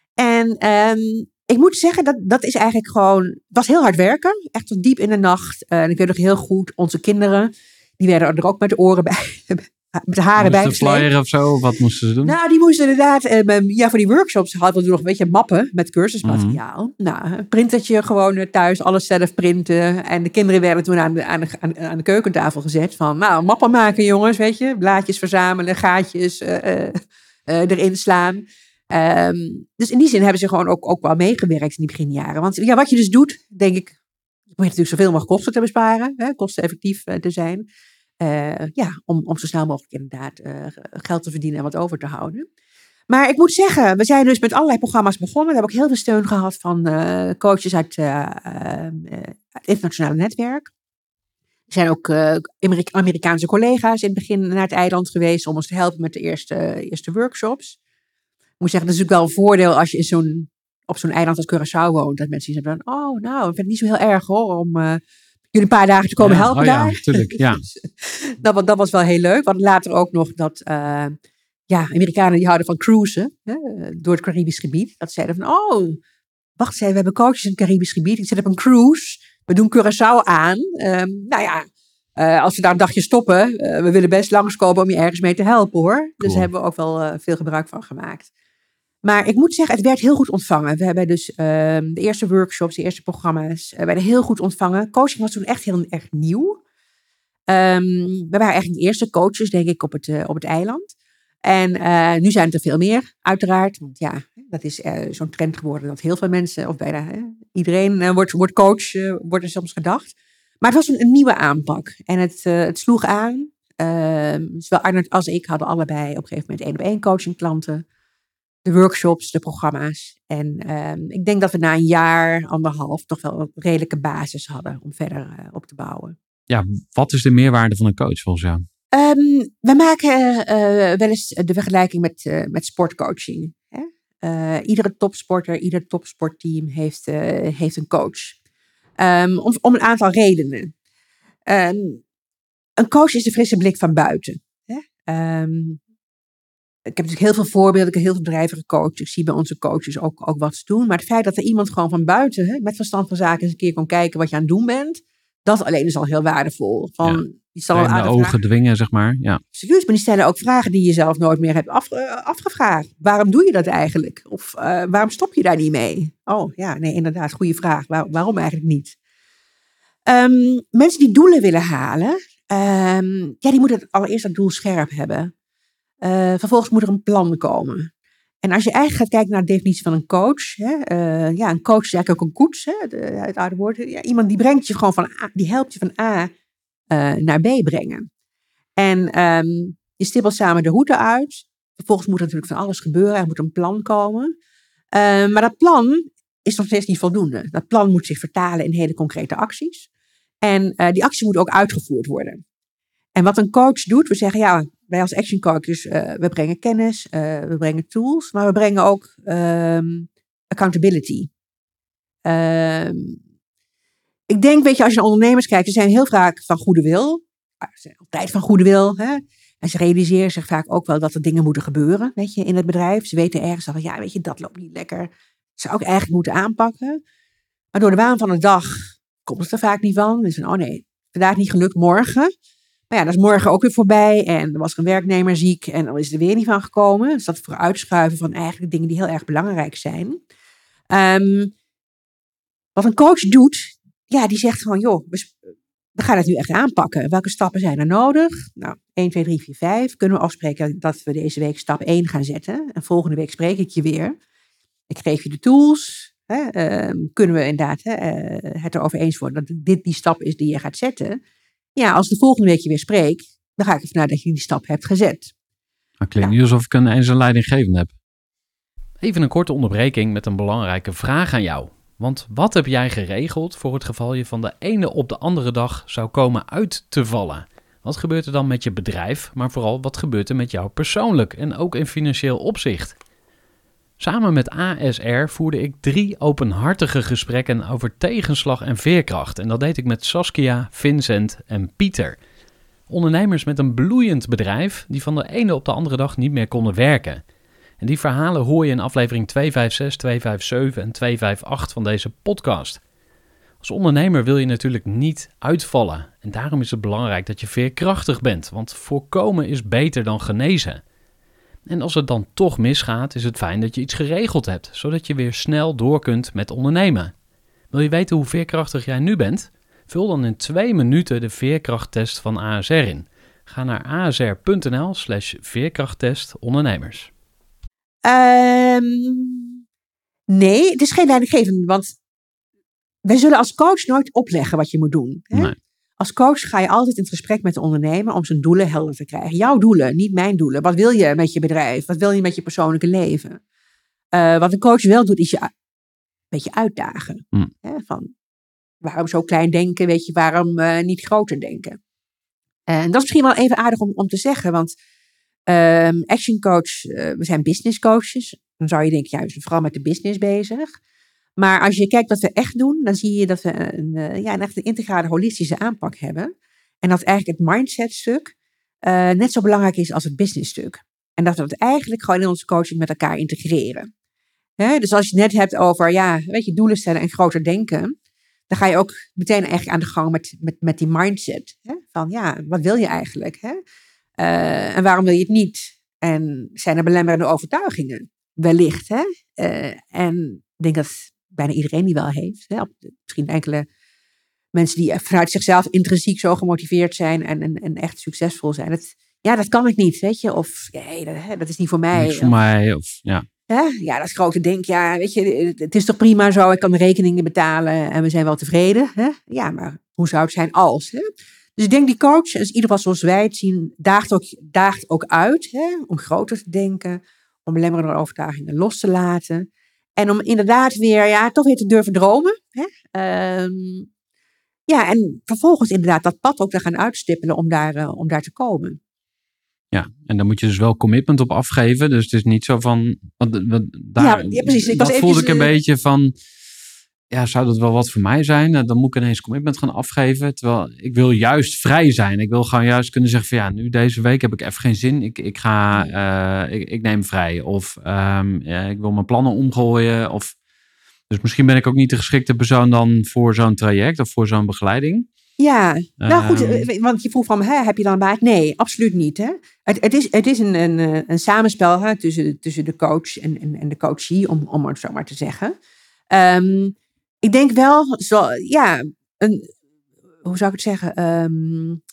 En um, ik moet zeggen, dat, dat is eigenlijk gewoon, het was heel hard werken. Echt tot diep in de nacht. Uh, en ik weet nog heel goed, onze kinderen, die werden er ook met de oren bij, met de haren bij gesleept. Moesten flyer of zo? Wat moesten ze doen? Nou, die moesten inderdaad, um, ja, voor die workshops hadden we toen nog een beetje mappen met cursusmateriaal. Mm-hmm. Nou, een printertje gewoon thuis, alles zelf printen. En de kinderen werden toen aan de, aan de, aan de keukentafel gezet van, nou, mappen maken jongens, weet je. Blaadjes verzamelen, gaatjes uh, uh, uh, erin slaan. Um, dus in die zin hebben ze gewoon ook, ook wel meegewerkt in die beginjaren. Want ja, wat je dus doet, denk ik, je probeert natuurlijk zoveel mogelijk kosten te besparen, hè, kosteneffectief uh, te zijn. Uh, ja, om, om zo snel mogelijk inderdaad uh, geld te verdienen en wat over te houden. Maar ik moet zeggen, we zijn dus met allerlei programma's begonnen. We hebben ook heel veel steun gehad van uh, coaches uit uh, uh, het internationale netwerk. Er zijn ook uh, Amerikaanse collega's in het begin naar het eiland geweest om ons te helpen met de eerste, eerste workshops. Ik moet zeggen, dat is natuurlijk wel een voordeel als je in zo'n, op zo'n eiland als Curaçao woont. Dat mensen zeggen dan, oh nou, ik vind het niet zo heel erg hoor, om uh, jullie een paar dagen te komen ja, helpen oh daar. Ja, tuurlijk, ja. dat, dat was wel heel leuk. We hadden later ook nog dat, uh, ja, Amerikanen die houden van cruisen, hè, door het Caribisch gebied. Dat zeiden van, oh, wacht eens, we hebben coaches in het Caribisch gebied. Ik zet op een cruise, we doen Curaçao aan. Um, nou ja, uh, als we daar een dagje stoppen, uh, we willen best langskomen om je ergens mee te helpen hoor. Cool. Dus daar hebben we ook wel uh, veel gebruik van gemaakt. Maar ik moet zeggen, het werd heel goed ontvangen. We hebben dus uh, de eerste workshops, de eerste programma's, uh, werden heel goed ontvangen. Coaching was toen echt heel erg nieuw. Um, we waren eigenlijk de eerste coaches, denk ik, op het, uh, op het eiland. En uh, nu zijn het er veel meer, uiteraard. Want ja, dat is uh, zo'n trend geworden dat heel veel mensen, of bijna hè, iedereen uh, wordt, wordt coach, uh, wordt er soms gedacht. Maar het was een, een nieuwe aanpak. En het, uh, het sloeg aan. Uh, zowel Arnold als ik hadden allebei op een gegeven moment één op één coaching klanten. De workshops, de programma's. En um, ik denk dat we na een jaar, anderhalf, toch wel een redelijke basis hadden om verder uh, op te bouwen. Ja, wat is de meerwaarde van een coach volgens jou? Um, we maken uh, wel eens de vergelijking met, uh, met sportcoaching. Hè? Uh, iedere topsporter, ieder topsportteam heeft, uh, heeft een coach. Um, om, om een aantal redenen. Um, een coach is de frisse blik van buiten. Hè? Um, Ik heb natuurlijk heel veel voorbeelden, ik heb heel veel bedrijven gecoacht. Ik zie bij onze coaches ook, ook wat ze doen. Maar het feit dat er iemand gewoon van buiten, hè, met verstand van zaken, eens een keer kon kijken wat je aan het doen bent. Dat alleen is al heel waardevol. Van, ja. Die zal in de ogen vragen, dwingen, zeg maar. Ja. Absoluut, maar die stellen ook vragen die je zelf nooit meer hebt af, uh, afgevraagd. Waarom doe je dat eigenlijk? Of uh, waarom stop je daar niet mee? Oh ja, nee, inderdaad, goede vraag. Waar, waarom eigenlijk niet? Um, mensen die doelen willen halen, um, ja, die moeten allereerst dat doel scherp hebben. Uh, vervolgens moet er een plan komen. En als je eigenlijk gaat kijken naar de definitie van een coach. Hè, uh, ja, een coach is eigenlijk ook een koets. Hè, de, het oude woord. Ja, iemand die brengt je gewoon van A, die helpt je van A uh, naar B brengen. En um, je stippelt samen de route uit. Vervolgens moet er natuurlijk van alles gebeuren. Er moet een plan komen. Uh, maar dat plan is nog steeds niet voldoende. Dat plan moet zich vertalen in hele concrete acties. En uh, die actie moet ook uitgevoerd worden. En wat een coach doet, we zeggen ja, wij als action coaches, uh, we brengen kennis, uh, we brengen tools, maar we brengen ook um, accountability. Um, ik denk, weet je, als je naar ondernemers kijkt, ze zijn heel vaak van goede wil. zijn altijd van goede wil. Hè? En ze realiseren zich vaak ook wel dat er dingen moeten gebeuren, weet je, in het bedrijf. Ze weten ergens al van, ja, weet je, dat loopt niet lekker. Zou ik eigenlijk moeten aanpakken. Maar door de waan van de dag komt het er vaak niet van. Dus van, oh nee, vandaag niet gelukt, morgen. Maar ja, dat is morgen ook weer voorbij. En er was er een werknemer ziek en dan is er weer niet van gekomen. Dus dat vooruitschuiven van eigenlijk dingen die heel erg belangrijk zijn. Um, wat een coach doet, ja, die zegt gewoon, joh, we, we gaan het nu echt aanpakken. Welke stappen zijn er nodig? Nou, één, twee, drie, vier, vijf. Kunnen we afspreken dat we deze week stap één gaan zetten. En volgende week spreek ik je weer. Ik geef je de tools. Hè, uh, kunnen we inderdaad hè, uh, het erover eens worden dat dit die stap is die je gaat zetten. Ja, als de volgende week je weer spreek, dan ga ik ervan uit dat je die stap hebt gezet. Het klinkt niet alsof ik een eens een leidinggevende heb. Even een korte onderbreking met een belangrijke vraag aan jou. Want wat heb jij geregeld voor het geval je van de ene op de andere dag zou komen uit te vallen? Wat gebeurt er dan met je bedrijf, maar vooral wat gebeurt er met jou persoonlijk en ook in financieel opzicht? Samen met A S R voerde ik drie openhartige gesprekken over tegenslag en veerkracht. En dat deed ik met Saskia, Vincent en Pieter. Ondernemers met een bloeiend bedrijf die van de ene op de andere dag niet meer konden werken. En die verhalen hoor je in aflevering tweehonderdvijfenzestig, tweehonderdzeven en tweehonderdachtenvijftig van deze podcast. Als ondernemer wil je natuurlijk niet uitvallen. En daarom is het belangrijk dat je veerkrachtig bent, want voorkomen is beter dan genezen. En als het dan toch misgaat, is het fijn dat je iets geregeld hebt, zodat je weer snel door kunt met ondernemen. Wil je weten hoe veerkrachtig jij nu bent? Vul dan in twee minuten de veerkrachttest van A S R in. Ga naar asr.nl slash veerkrachttest ondernemers. Um, nee, het is geen leidinggevende, want wij zullen als coach nooit opleggen wat je moet doen. Hè? Nee. Als coach ga je altijd in het gesprek met de ondernemer om zijn doelen helder te krijgen. Jouw doelen, niet mijn doelen. Wat wil je met je bedrijf? Wat wil je met je persoonlijke leven? Uh, wat een coach wel doet, is je een beetje uitdagen. Mm. Hè? Van, waarom zo klein denken? Weet je, waarom uh, niet groter denken? En dat is misschien wel even aardig om, om te zeggen, want um, action coach, uh, we zijn business coaches. Dan zou je denken, ja, we zijn vooral met de business bezig. Maar als je kijkt wat we echt doen, dan zie je dat we een, ja, een echt een integrale holistische aanpak hebben. En dat eigenlijk het mindset-stuk uh, net zo belangrijk is als het business-stuk. En dat we het eigenlijk gewoon in onze coaching met elkaar integreren. He, dus als je het net hebt over, ja, weet je, doelen stellen en groter denken, dan ga je ook meteen eigenlijk aan de gang met, met, met die mindset. Hè? Van ja, wat wil je eigenlijk? Hè? Uh, en waarom wil je het niet? En zijn er belemmerende overtuigingen? Wellicht. Hè? Uh, en ik denk dat bijna iedereen die wel heeft. Hè? Misschien enkele mensen die vanuit zichzelf intrinsiek zo gemotiveerd zijn en, en, en echt succesvol zijn. Dat, ja, dat kan ik niet, weet je. Of nee, dat, dat is niet voor mij. Niet voor of, mij, of ja. Ja, ja, dat is grote denk. Ja, weet je, het is toch prima zo. Ik kan de rekeningen betalen en we zijn wel tevreden. Hè? Ja, maar hoe zou het zijn als? Hè? Dus ik denk die coach, dus in ieder geval zoals wij het zien, daagt ook, daagt ook uit. Hè? Om groter te denken, om belemmerende overtuigingen los te laten. En om inderdaad weer, ja, toch weer te durven dromen. Hè? Um, ja, en vervolgens inderdaad dat pad ook te gaan uitstippelen om daar, uh, om daar te komen. Ja, en dan moet je dus wel commitment op afgeven. Dus het is niet zo van... Want, want daar, ja, ja, precies. Ik dat was voelde eventjes, ik een uh, beetje van... Ja, zou dat wel wat voor mij zijn? Dan moet ik ineens commitment gaan afgeven. Terwijl ik wil juist vrij zijn. Ik wil gewoon juist kunnen zeggen van... Ja, nu deze week heb ik even geen zin. Ik, ik ga... Uh, ik, ik neem vrij. Of um, ja, ik wil mijn plannen omgooien. Of, dus misschien ben ik ook niet de geschikte persoon dan voor zo'n traject. Of voor zo'n begeleiding. Ja, nou goed, Um, want je vroeg van, hè, heb je dan baat? Nee, absoluut niet. Hè? Het, het is, het is een, een, een samenspel hè, tussen, tussen de coach en, en, en de coachee, om, om het zo maar te zeggen. Um, ik denk wel, zo, ja, een, hoe zou ik het zeggen? Um,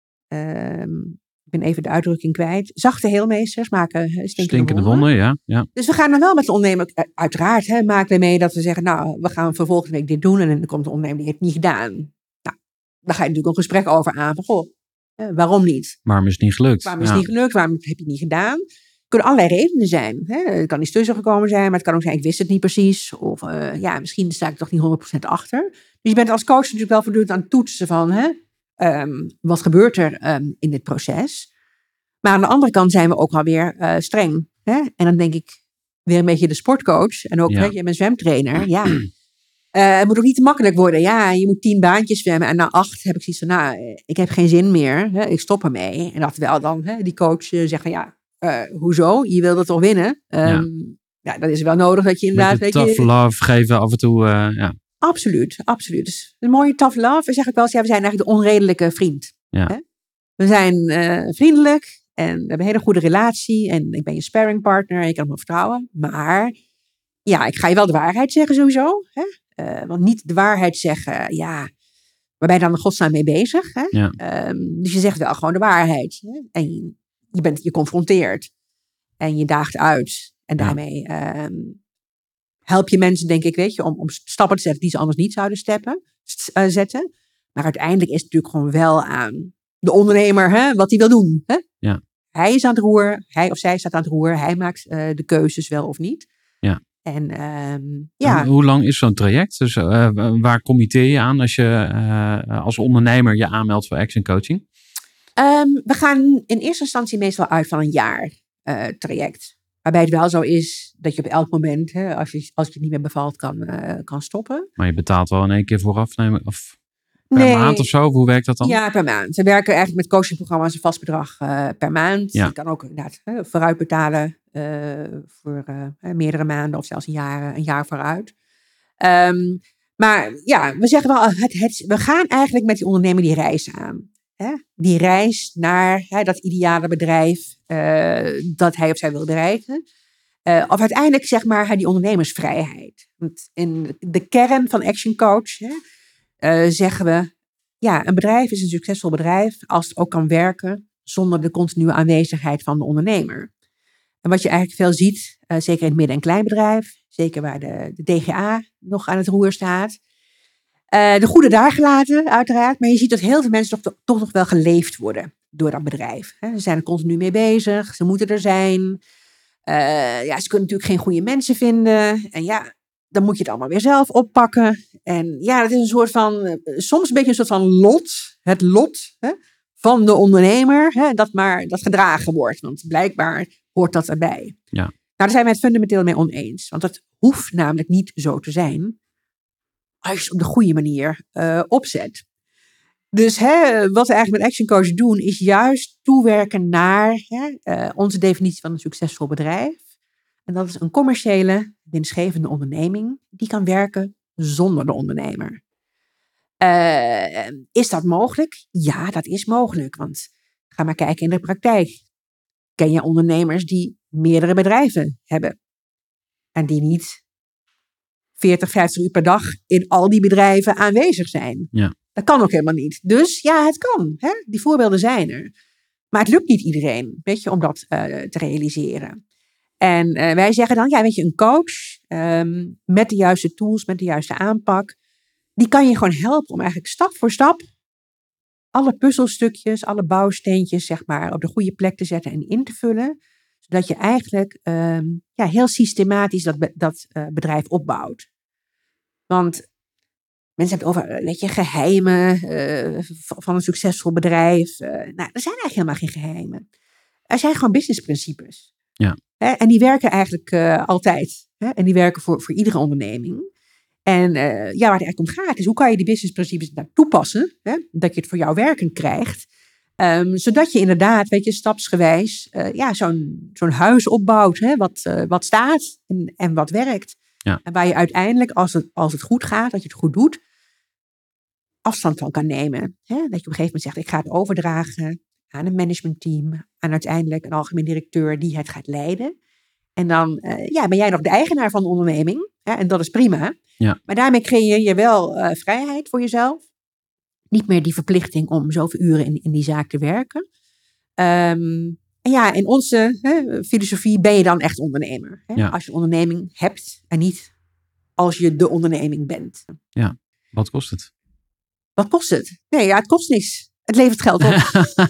um, ik ben even de uitdrukking kwijt. Zachte heelmeesters maken stinkende, stinkende wonden. wonden, ja, ja. Dus we gaan dan wel met de ondernemer, uiteraard, hè, maken we mee dat we zeggen, nou, we gaan voor volgende week dit doen. En dan komt de ondernemer, die heeft het niet gedaan. Daar ga je natuurlijk een gesprek over aan. Van, goh, eh, waarom niet? Waarom is het niet gelukt? Waarom is ja. het niet gelukt? Waarom heb je het niet gedaan? Er kunnen allerlei redenen zijn. Hè? Het kan iets tussen gekomen zijn, maar het kan ook zijn, ik wist het niet precies. Of uh, ja, misschien sta ik toch niet honderd procent achter. Dus je bent als coach natuurlijk wel voortdurend aan het toetsen van, hè, um, wat gebeurt er um, in dit proces? Maar aan de andere kant zijn we ook wel weer uh, streng. Hè? En dan denk ik weer een beetje de sportcoach. En ook, ja. hè, je bent zwemtrainer. Ja. Uh, het moet ook niet te makkelijk worden. Ja, je moet tien baantjes zwemmen. En na acht heb ik zoiets van, nou, ik heb geen zin meer. Hè, ik stop ermee. En dat wel dan hè, die coach uh, zegt van, ja, uh, hoezo? Je wilde toch winnen? Um, ja. ja, dan is het wel nodig dat je inderdaad... Weet tough je, love geven af en toe, uh, ja. Absoluut, absoluut. Dus een mooie tough love. Zeg ik wel eens, ja, we zijn eigenlijk de onredelijke vriend. Ja. Hè? We zijn uh, vriendelijk en we hebben een hele goede relatie. En ik ben je sparringpartner en je kan me vertrouwen. Maar ja, ik ga je wel de waarheid zeggen sowieso. Hè? Uh, want niet de waarheid zeggen, ja, waar ben je dan in godsnaam mee bezig? Hè? Ja. Um, dus je zegt wel gewoon de waarheid. Hè? En je, je bent je confronteert. En je daagt uit. En daarmee um, help je mensen, denk ik, weet je, om, om stappen te zetten die ze anders niet zouden steppen, uh, zetten. Maar uiteindelijk is het natuurlijk gewoon wel aan de ondernemer hè, wat hij wil doen. Hè? Ja. Hij is aan het roer, hij of zij staat aan het roer. Hij maakt uh, de keuzes wel of niet. Ja. En, um, ja. en hoe lang is zo'n traject? Dus uh, waar committeer je aan als je uh, als ondernemer je aanmeldt voor Action Coaching? Um, we gaan in eerste instantie meestal uit van een jaar uh, traject. Waarbij het wel zo is dat je op elk moment, hè, als, je, als je het niet meer bevalt, kan, uh, kan stoppen. Maar je betaalt wel in één keer vooraf nemen? Of per nee. maand of zo? Hoe werkt dat dan? Ja, per maand. We werken eigenlijk met coachingprogramma's een vast bedrag uh, per maand. Ja. Je kan ook inderdaad uh, vooruit betalen uh, voor uh, meerdere maanden of zelfs een jaar, een jaar vooruit. Um, maar ja, we zeggen wel, het, het, we gaan eigenlijk met die ondernemer die reis aan. Hè? Die reis naar hè, dat ideale bedrijf uh, dat hij of zij wil bereiken. Uh, of uiteindelijk zeg maar die ondernemersvrijheid. Want in de kern van Action Coach hè, uh, zeggen we, ja, een bedrijf is een succesvol bedrijf als het ook kan werken zonder de continue aanwezigheid van de ondernemer. En wat je eigenlijk veel ziet, uh, zeker in het midden- en kleinbedrijf, zeker waar de, de D G A nog aan het roer staat. Uh, de goede daar gelaten, uiteraard. Maar je ziet dat heel veel mensen toch, toch nog wel geleefd worden door dat bedrijf. Hè. Ze zijn er continu mee bezig. Ze moeten er zijn. Uh, ja, ze kunnen natuurlijk geen goede mensen vinden. En ja, dan moet je het allemaal weer zelf oppakken. En ja, dat is een soort van, uh, soms een beetje een soort van lot. Het lot hè, van de ondernemer. Hè, dat maar dat gedragen wordt. Want blijkbaar hoort dat erbij. Ja. Nou, daar zijn wij het fundamenteel mee oneens. Want dat hoeft namelijk niet zo te zijn. Als je het op de goede manier uh, opzet. Dus hè, wat we eigenlijk met Action Coach doen, is juist toewerken naar hè, uh, onze definitie van een succesvol bedrijf. En dat is een commerciële, winstgevende onderneming die kan werken zonder de ondernemer. Uh, is dat mogelijk? Ja, dat is mogelijk. Want ga maar kijken in de praktijk. Ken je ondernemers die meerdere bedrijven hebben? En die niet veertig, vijftig uur per dag in al die bedrijven aanwezig zijn. Ja. Dat kan ook helemaal niet. Dus ja, het kan. Hè? Die voorbeelden zijn er. Maar het lukt niet iedereen, weet je, om dat uh, te realiseren. En uh, wij zeggen dan, ja, weet je, een coach um, met de juiste tools, met de juiste aanpak, die kan je gewoon helpen om eigenlijk stap voor stap alle puzzelstukjes, alle bouwsteentjes, zeg maar, op de goede plek te zetten en in te vullen. Zodat je eigenlijk um, ja, heel systematisch dat, dat uh, bedrijf opbouwt. Want mensen hebben het over, weet je, geheimen uh, van een succesvol bedrijf. Uh, nou, er zijn eigenlijk helemaal geen geheimen. Er zijn gewoon businessprincipes. Ja. Hè, en die werken eigenlijk uh, altijd. Hè, en die werken voor, voor iedere onderneming. En uh, ja, waar het eigenlijk om gaat is, hoe kan je die businessprincipes nou toepassen? Hè, dat je het voor jou werkend krijgt. Um, zodat je inderdaad, weet je, stapsgewijs uh, ja, zo'n, zo'n huis opbouwt. Hè, wat, uh, wat staat en, en wat werkt. Ja. En waar je uiteindelijk, als het, als het goed gaat, dat je het goed doet, afstand van kan nemen. Hè? Dat je op een gegeven moment zegt, ik ga het overdragen aan een managementteam. En uiteindelijk een algemeen directeur die het gaat leiden. En dan uh, ja, ben jij nog de eigenaar van de onderneming. Hè? En dat is prima. Ja. Maar daarmee creëer je wel uh, vrijheid voor jezelf. Niet meer die verplichting om zoveel uren in, in die zaak te werken. Um, En ja, in onze hè, filosofie ben je dan echt ondernemer. Hè? Ja. Als je een onderneming hebt en niet als je de onderneming bent. Ja, wat kost het? Wat kost het? Nee, ja, het kost niks. Het levert geld op.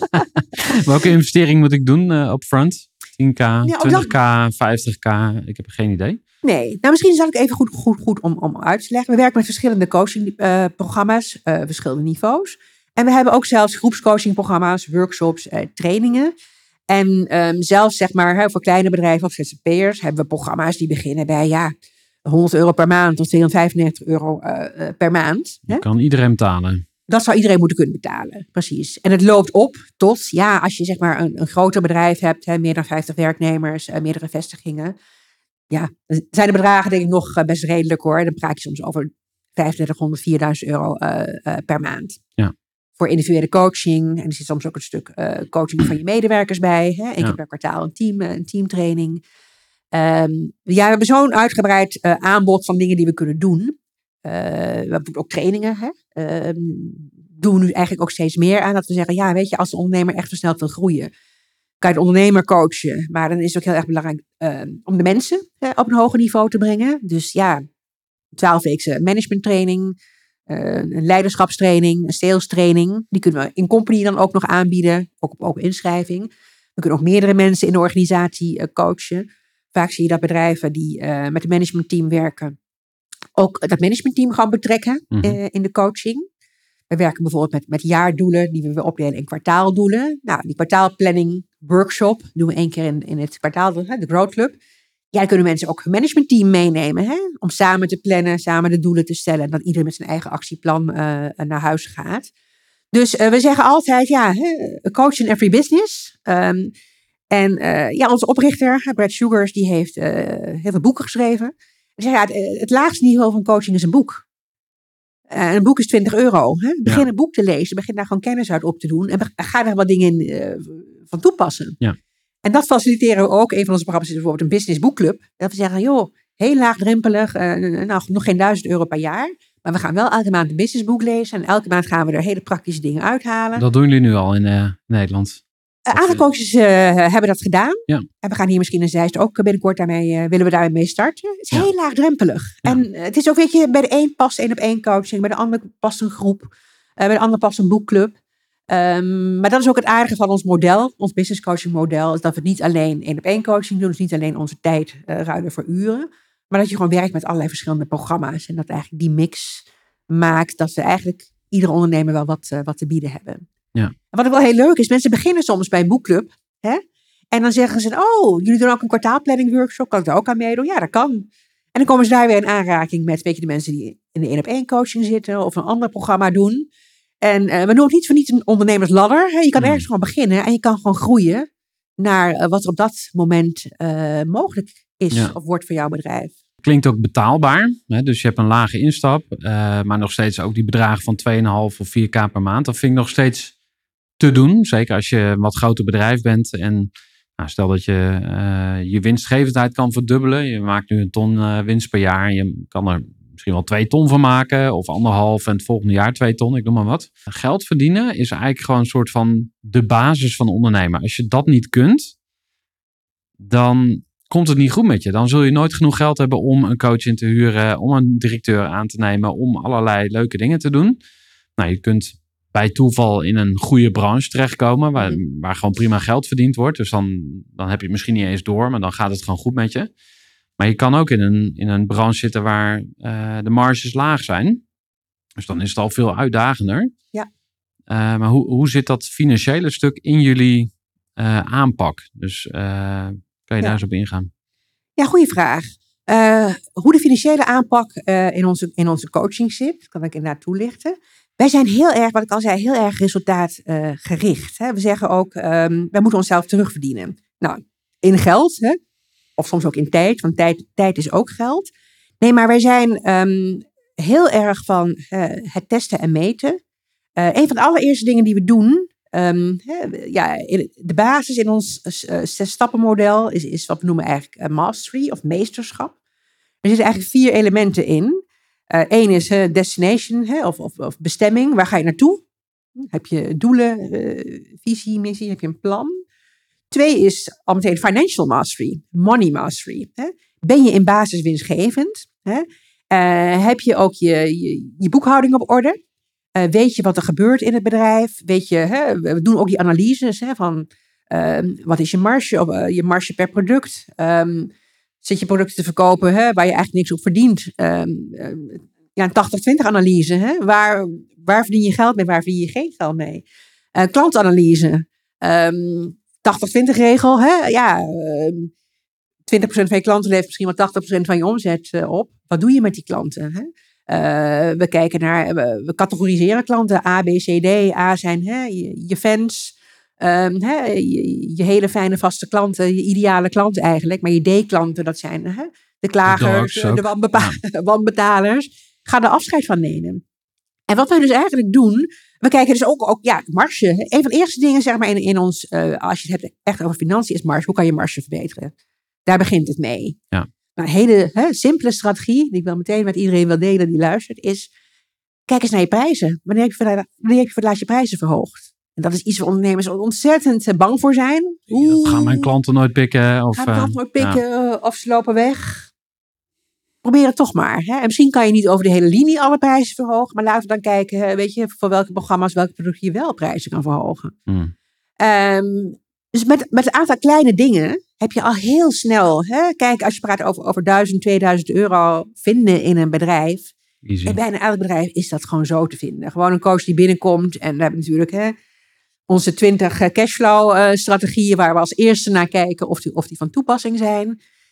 Welke investering moet ik doen uh, upfront? tien k, ja, twintig k, vijftig k? Ik heb geen idee. Nee, nou misschien zal ik even goed, goed, goed om, om uit te leggen. We werken met verschillende coachingprogramma's, uh, uh, verschillende niveaus. En we hebben ook zelfs groepscoachingprogramma's, workshops, uh, trainingen. En um, zelfs zeg maar voor kleine bedrijven of Z Z P'ers hebben we programma's die beginnen bij ja, honderd euro per maand of tweehonderdvijfennegentig euro uh, uh, per maand. Je Hè? kan iedereen betalen. Dat zou iedereen moeten kunnen betalen, precies. En het loopt op tot, ja, als je zeg maar een, een groter bedrijf hebt, hè, meer dan vijftig werknemers, uh, meerdere vestigingen. Ja, dan zijn de bedragen denk ik nog uh, best redelijk hoor. Dan praat je soms over vijfentwintighonderd, vierduizend euro uh, uh, per maand. Ja. Voor individuele coaching. En er zit soms ook een stuk uh, coaching van je medewerkers bij. Hè? Eén keer Ja. per kwartaal een, team, een teamtraining. Um, ja, we hebben zo'n uitgebreid uh, aanbod van dingen die we kunnen doen. Uh, we hebben ook trainingen. Hè? Uh, doen we nu eigenlijk ook steeds meer aan. Dat we zeggen, ja, weet je, als de ondernemer echt versneld wil groeien, kan je de ondernemer coachen. Maar dan is het ook heel erg belangrijk uh, om de mensen uh, op een hoger niveau te brengen. Dus ja, twaalfweekse managementtraining, uh, een leiderschapstraining, een salestraining. Die kunnen we in company dan ook nog aanbieden. Ook op open inschrijving. We kunnen ook meerdere mensen in de organisatie uh, coachen. Vaak zie je dat bedrijven die uh, met een managementteam werken, ook dat managementteam gaan betrekken Mm-hmm. uh, in de coaching. We werken bijvoorbeeld met, met jaardoelen die we weer opdelen in kwartaaldoelen. Nou, die kwartaalplanning workshop doen we één keer in, in het kwartaal, de Growth Club. Ja, dan kunnen mensen ook een managementteam meenemen. Hè? Om samen te plannen, samen de doelen te stellen. En dat iedereen met zijn eigen actieplan uh, naar huis gaat. Dus uh, we zeggen altijd, ja, a coach in every business. Um, en uh, ja, onze oprichter, Brad Sugars, die heeft uh, heel veel boeken geschreven. Hij zei, ja, het, het laagste niveau van coaching is een boek. Uh, een boek is twintig euro. Hè? Begin Ja. een boek te lezen, begin daar gewoon kennis uit op te doen. En ga daar wat dingen in uh, van toepassen. Ja. En dat faciliteren we ook. Een van onze programma's is bijvoorbeeld een business boekclub. Dat we zeggen, joh, heel laagdrempelig. Uh, nou, nog geen duizend euro per jaar. Maar we gaan wel elke maand een businessboek lezen. En elke maand gaan we er hele praktische dingen uithalen. Dat doen jullie nu al in uh, Nederland. Een aantal coaches uh, hebben dat gedaan. Ja. En we gaan hier misschien in Zeist ook binnenkort daarmee, uh, willen we daarmee starten. Het is Ja. heel laagdrempelig. Ja. En uh, het is ook, weet je, bij de een past één op één coaching. Bij de ander past een groep. Uh, bij de ander past een boekclub. Um, maar dat is ook het aardige van ons model. Ons business coaching model is dat we niet alleen één op één coaching doen. Dus niet alleen onze tijd uh, ruilen voor uren. Maar dat je gewoon werkt met allerlei verschillende programma's. En dat eigenlijk die mix maakt dat we eigenlijk iedere ondernemer wel wat, uh, wat te bieden hebben. Ja. En wat ook wel heel leuk is, mensen beginnen soms bij een boekclub. Hè? En dan zeggen ze, oh, jullie doen ook een kwartaalplanning workshop. Kan ik daar ook aan meedoen? Ja, dat kan. En dan komen ze daar weer in aanraking met, weet je, de mensen die in de één op één coaching zitten. Of een ander programma doen. En uh, we doen ook niet voor niets een ondernemersladder. Hè? Je kan Hmm. ergens gewoon beginnen. En je kan gewoon groeien naar uh, wat er op dat moment uh, mogelijk is. Ja. Of wordt voor jouw bedrijf. Klinkt ook betaalbaar. Hè? Dus je hebt een lage instap. Uh, maar nog steeds ook die bedragen van twee komma vijf of vier k per maand. Dat vind ik nog steeds te doen. Zeker als je een wat groter bedrijf bent. En nou, stel dat je uh, je winstgevendheid kan verdubbelen. Je maakt nu een ton uh, winst per jaar. En je kan er misschien wel twee ton van maken. Of anderhalf en het volgende jaar twee ton. Ik noem maar wat. Geld verdienen is eigenlijk gewoon een soort van de basis van ondernemen. Als je dat niet kunt, dan komt het niet goed met je. Dan zul je nooit genoeg geld hebben om een coach in te huren. Om een directeur aan te nemen. Om allerlei leuke dingen te doen. Nou, je kunt bij toeval in een goede branche terechtkomen. Waar, Mm-hmm. waar gewoon prima geld verdiend wordt. Dus dan, dan heb je het misschien niet eens door. Maar dan gaat het gewoon goed met je. Maar je kan ook in een, in een branche zitten waar uh, de marges laag zijn. Dus dan is het al veel uitdagender. Ja. Uh, maar hoe, hoe zit dat financiële stuk in jullie uh, aanpak? Dus uh, kan je ja. daar eens op ingaan? Ja, goede vraag. Uh, hoe de financiële aanpak uh, in, onze, in onze coaching zit, kan ik inderdaad toelichten. Wij zijn heel erg, wat ik al zei, heel erg resultaatgericht. Uh, we zeggen ook, um, wij moeten onszelf terugverdienen. Nou, in geld, hè? Of soms ook in tijd, want tijd, tijd is ook geld. Nee, maar wij zijn um, heel erg van uh, het testen en meten. Uh, een van de allereerste dingen die we doen, um, hè, ja, de basis in ons uh, zes-stappenmodel is, is wat we noemen eigenlijk uh, mastery of meesterschap. Er zitten eigenlijk vier elementen in. Eén uh, is uh, destination hè, of, of, of bestemming. Waar ga je naartoe? Heb je doelen, uh, visie, missie, heb je een plan? Twee is al meteen financial mastery, money mastery. Hè? Ben je in basis winstgevend? Hè? Uh, heb je ook je, je, je boekhouding op orde? Uh, weet je wat er gebeurt in het bedrijf? Weet je, hè? We doen ook die analyses hè, van uh, wat is je marge, of, uh, je marge per product? Um, zit je producten te verkopen hè, waar je eigenlijk niks op verdient? Um, uh, ja, een tachtig twintig analyse. Hè? Waar, waar verdien je geld mee, waar verdien je geen geld mee? Uh, klantanalyse. Um, tachtig twintig regel. Hè? Ja, uh, twintig procent van je klanten levert misschien wel tachtig procent van je omzet uh, op. Wat doe je met die klanten? Hè? Uh, we kijken naar, we, we categoriseren klanten. A, B, C, D. A zijn hè, je, je fans, um, hè, je, je hele fijne vaste klanten, je ideale klanten eigenlijk. Maar je D-klanten, dat zijn hè, de klagers, de, de wanbepa- ja. wanbetalers. Ga er afscheid van nemen. En wat wij dus eigenlijk doen, we kijken dus ook, ook ja, marge. Een van de eerste dingen zeg maar in, in ons, uh, als je het hebt echt over financiën, is marge. Hoe kan je marge verbeteren? Daar begint het mee. Ja. Maar een hele hè, simpele strategie, die ik wel meteen met iedereen wil delen die luistert, is kijk eens naar je prijzen. Wanneer heb je voor, wanneer heb je voor het laatst je prijzen verhoogd? En dat is iets waar ondernemers ontzettend bang voor zijn. Oeh, gaan mijn klanten nooit pikken? Of, gaan mijn klanten nooit pikken ja. of ze lopen weg? Probeer het toch maar. Hè? En misschien kan je niet over de hele linie alle prijzen verhogen, maar laten we dan kijken, weet je, voor welke programma's, welke producten je wel prijzen kan verhogen. Hmm. Um, dus met, met een aantal kleine dingen heb je al heel snel, hè, kijk, als je praat over, over duizend, tweeduizend euro vinden in een bedrijf. Easy. En bijna elk bedrijf is dat gewoon zo te vinden. Gewoon een coach die binnenkomt. En we hebben natuurlijk hè, onze twintig cashflow uh, strategieën waar we als eerste naar kijken of die, of die van toepassing zijn.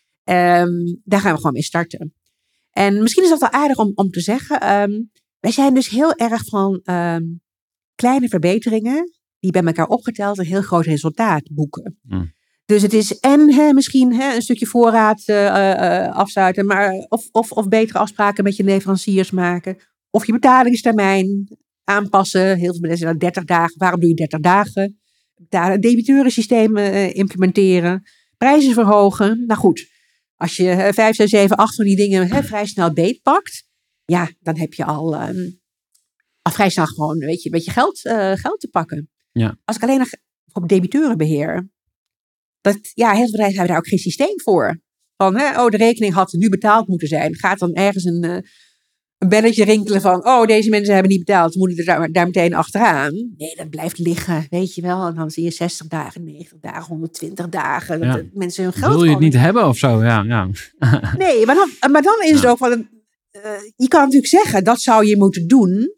Um, daar gaan we gewoon mee starten. En misschien is dat wel aardig om, om te zeggen. Um, wij zijn dus heel erg van um, kleine verbeteringen die bij elkaar opgeteld een heel groot resultaat boeken. Mm. Dus het is en hè, misschien hè, een stukje voorraad uh, uh, afsluiten, maar of, of, of betere afspraken met je leveranciers maken. Of je betalingstermijn aanpassen. Heel veel mensen zeggen dertig dagen. Waarom doe je dertig dagen? Betalen, debiteurensysteem uh, implementeren. Prijzen verhogen. Nou goed, als je uh, vijf, zes, zeven, acht van die dingen hè, vrij snel beetpakt. Ja, dan heb je al, um, al vrij snel gewoon weet je, een beetje geld, uh, geld te pakken. Ja. Als ik alleen nog op debiteurenbeheer. Dat, ja, heel veel bedrijven hebben daar ook geen systeem voor. Van, hè, oh, de rekening had nu betaald moeten zijn. Gaat dan ergens een, uh, een belletje rinkelen van, oh, deze mensen hebben niet betaald. Ze moeten er daar, daar meteen achteraan. Nee, dat blijft liggen, weet je wel. En dan zie je zestig dagen, negentig dagen, honderdtwintig dagen. Dat Ja. mensen hun geld wil je het niet hebben of zo? Ja, ja. Nee, maar dan, maar dan is het ja. ook van, uh, je kan natuurlijk zeggen, dat zou je moeten doen.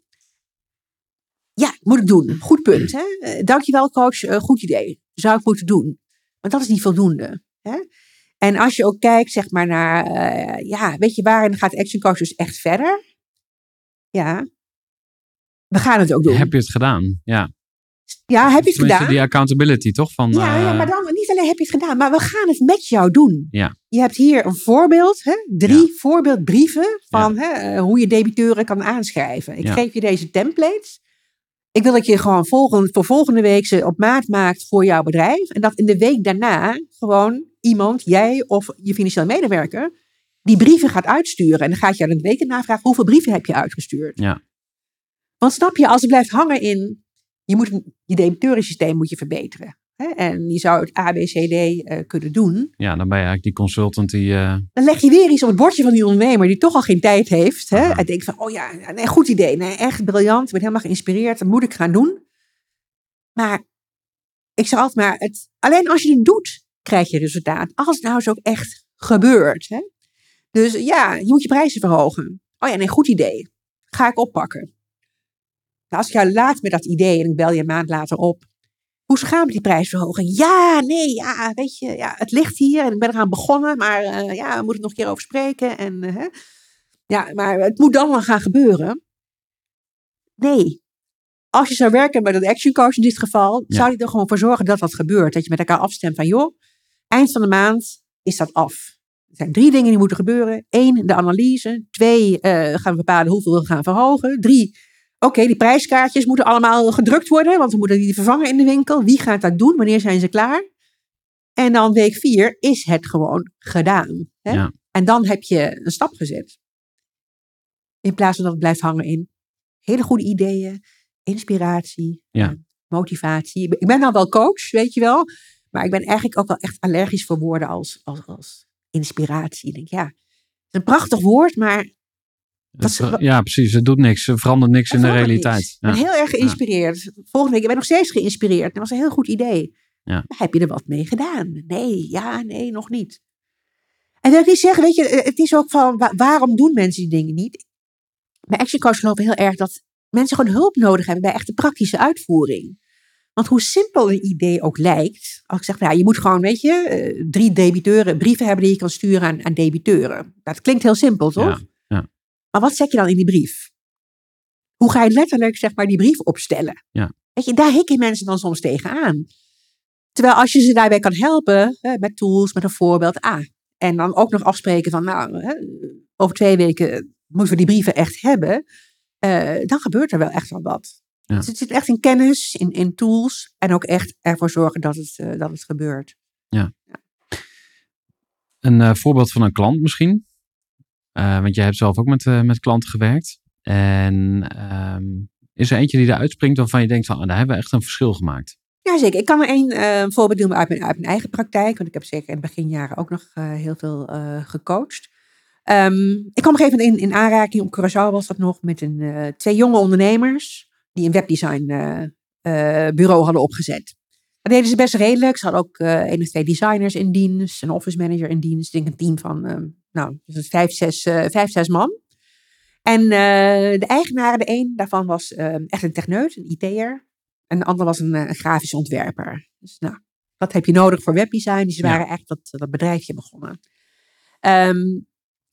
Ja, moet ik doen. Goed punt. Hè? Uh, dankjewel coach, uh, goed idee. Zou ik moeten doen. Maar dat is niet voldoende. Hè? En als je ook kijkt zeg maar naar, uh, ja, weet je waarin gaat Action Coach dus echt verder? Ja, we gaan het ook doen. Heb je het gedaan? Ja. Ja, heb je het gedaan? Die accountability toch? Van, ja, uh... ja, maar dan niet alleen heb je het gedaan, maar we gaan het met jou doen. Ja. Je hebt hier een voorbeeld, hè? drie ja. voorbeeldbrieven van ja. hè, hoe je debiteuren kan aanschrijven. Ik ja. geef je deze templates. Ik wil dat je gewoon volgende, voor volgende week ze op maat maakt voor jouw bedrijf. En dat in de week daarna gewoon iemand, jij of je financiële medewerker, die brieven gaat uitsturen. En dan gaat je aan de week erna vragen, hoeveel brieven heb je uitgestuurd? Ja. Want snap je, als het blijft hangen in, je moet je debiteurensysteem moet je verbeteren. Hè? En je zou het A, B, C, D uh, kunnen doen. Ja, dan ben je eigenlijk die consultant die... Uh... Dan leg je weer iets op het bordje van die ondernemer die toch al geen tijd heeft. Hè? En denkt van, oh ja, nee, goed idee. Nee, echt briljant. Ik ben helemaal geïnspireerd. Dat moet ik gaan doen. Maar ik zeg altijd maar, het, alleen als je het doet, krijg je resultaat. Als het nou eens ook echt gebeurt. Hè? Dus ja, je moet je prijzen verhogen. Oh ja, nee, goed idee. Ga ik oppakken. Nou, als ik jou laat met dat idee en ik bel je een maand later op. Hoe gaan we die prijsverhoging? Ja, nee, ja, weet je, ja, het ligt hier en ik ben eraan begonnen, maar uh, ja, we moeten het nog een keer over spreken. En, uh, ja, maar het moet dan wel gaan gebeuren. Nee. Als je zou werken met een action coach in dit geval, ja. zou je er gewoon voor zorgen dat dat gebeurt. Dat je met elkaar afstemt van, joh, eind van de maand is dat af. Er zijn drie dingen die moeten gebeuren. Eén, de analyse. Twee, uh, gaan we bepalen hoeveel we gaan verhogen. Drie, oké, okay, die prijskaartjes moeten allemaal gedrukt worden, want we moeten die vervangen in de winkel. Wie gaat dat doen? Wanneer zijn ze klaar? En dan week vier is het gewoon gedaan. Hè? Ja. En dan heb je een stap gezet. In plaats van dat het blijft hangen in hele goede ideeën, inspiratie, ja. motivatie. Ik ben dan wel coach, weet je wel. Maar ik ben eigenlijk ook wel echt allergisch voor woorden als, als, als inspiratie. Ik denk, ja, het is een prachtig woord, maar... Dat is, ja, precies. Het doet niks. Het verandert niks het in de realiteit. Ja. Ik ben heel erg geïnspireerd. Ja. Volgende week, ik ben nog steeds geïnspireerd. Dat was een heel goed idee. Ja. Maar heb je er wat mee gedaan? Nee, ja, nee, nog niet. En dat wil ik niet zeggen, weet je, het is ook van, waarom doen mensen die dingen niet? Bij Action Coach geloven heel erg dat mensen gewoon hulp nodig hebben bij echt de praktische uitvoering. Want hoe simpel een idee ook lijkt, als ik zeg, nou, je moet gewoon, weet je, uh, drie debiteuren, brieven hebben die je kan sturen aan, aan debiteuren. Dat klinkt heel simpel, toch? Ja, ja. Maar wat zet je dan in die brief? Hoe ga je letterlijk, zeg maar, die brief opstellen? Ja. Weet je, daar hikken mensen dan soms tegenaan. Terwijl als je ze daarbij kan helpen, hè, met tools, met een voorbeeld, ah, en dan ook nog afspreken van, nou, hè, over twee weken moeten we die brieven echt hebben, uh, dan gebeurt er wel echt wel wat. Ja. Dus het zit echt in kennis, in, in tools en ook echt ervoor zorgen dat het, uh, dat het gebeurt. Ja. Ja. Een uh, voorbeeld van een klant misschien. Uh, want jij hebt zelf ook met, uh, met klanten gewerkt. En um, is er eentje die eruit springt waarvan je denkt van, ah, daar hebben we echt een verschil gemaakt? Jazeker. Ik kan er één uh, voorbeeld doen uit mijn, uit mijn eigen praktijk. Want ik heb zeker in de beginjaren ook nog uh, heel veel uh, gecoacht. Um, ik kwam op een gegeven moment in, in aanraking, op Curaçao was dat nog, met een, uh, twee jonge ondernemers die een webdesign uh, uh, bureau hadden opgezet. Dat deden ze best redelijk. Ze hadden ook uh, één of twee designers in dienst, een office manager in dienst. Ik denk een team van uh, nou, dus vijf, zes, uh, vijf, zes man. En uh, de eigenaar, de een daarvan was uh, echt een techneut, een I T'er. En de ander was een, een grafisch ontwerper. Dus nou, dat heb je nodig voor webdesign. Dus ze waren ja. echt dat, dat bedrijfje begonnen. Um,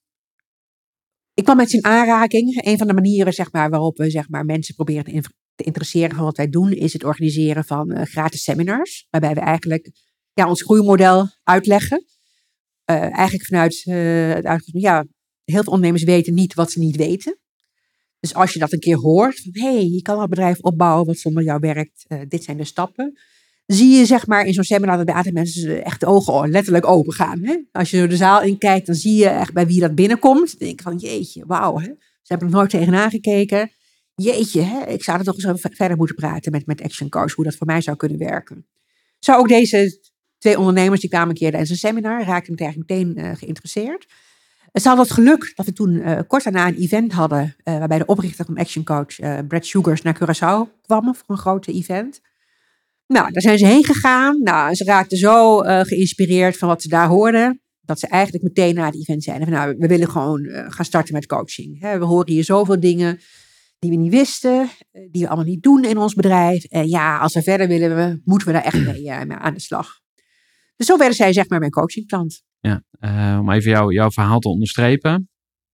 ik kwam met ze in aanraking. Een van de manieren zeg maar, waarop we zeg maar, mensen proberen te, in, te interesseren van wat wij doen, is het organiseren van uh, gratis seminars. Waarbij we eigenlijk ja, ons groeimodel uitleggen. Uh, eigenlijk vanuit uh, het uitgangspunt, ja, heel veel ondernemers weten niet wat ze niet weten. Dus als je dat een keer hoort, van hé, hey, je kan een bedrijf opbouwen wat zonder jou werkt, uh, dit zijn de stappen. Zie je zeg maar in zo'n seminar dat bij aantal mensen echt de ogen letterlijk open gaan. Hè? Als je door de zaal in kijkt, dan zie je echt bij wie dat binnenkomt. Dan denk je van jeetje, wauw, hè? Ze hebben er nooit tegenaan gekeken. Jeetje, hè? Ik zou er toch eens verder moeten praten met, met Action Coach, hoe dat voor mij zou kunnen werken. Zo ook deze twee ondernemers, die kwamen een keer tijdens een seminar, raakten me eigenlijk meteen uh, geïnteresseerd. Ze hadden het geluk dat we toen uh, kort daarna een event hadden, uh, waarbij de oprichter van Action Coach, uh, Brad Sugars, naar Curaçao kwam voor een grote event. Nou, daar zijn ze heen gegaan. Nou, ze raakten zo uh, geïnspireerd van wat ze daar hoorden, dat ze eigenlijk meteen na het event zeiden van, nou, we willen gewoon uh, gaan starten met coaching. He, we horen hier zoveel dingen die we niet wisten, uh, die we allemaal niet doen in ons bedrijf. En ja, als we verder willen, we, moeten we daar echt mee, uh, mee aan de slag. Dus zo werden zij zeg maar mijn coachingklant. Ja, uh, om even jou, jouw verhaal te onderstrepen.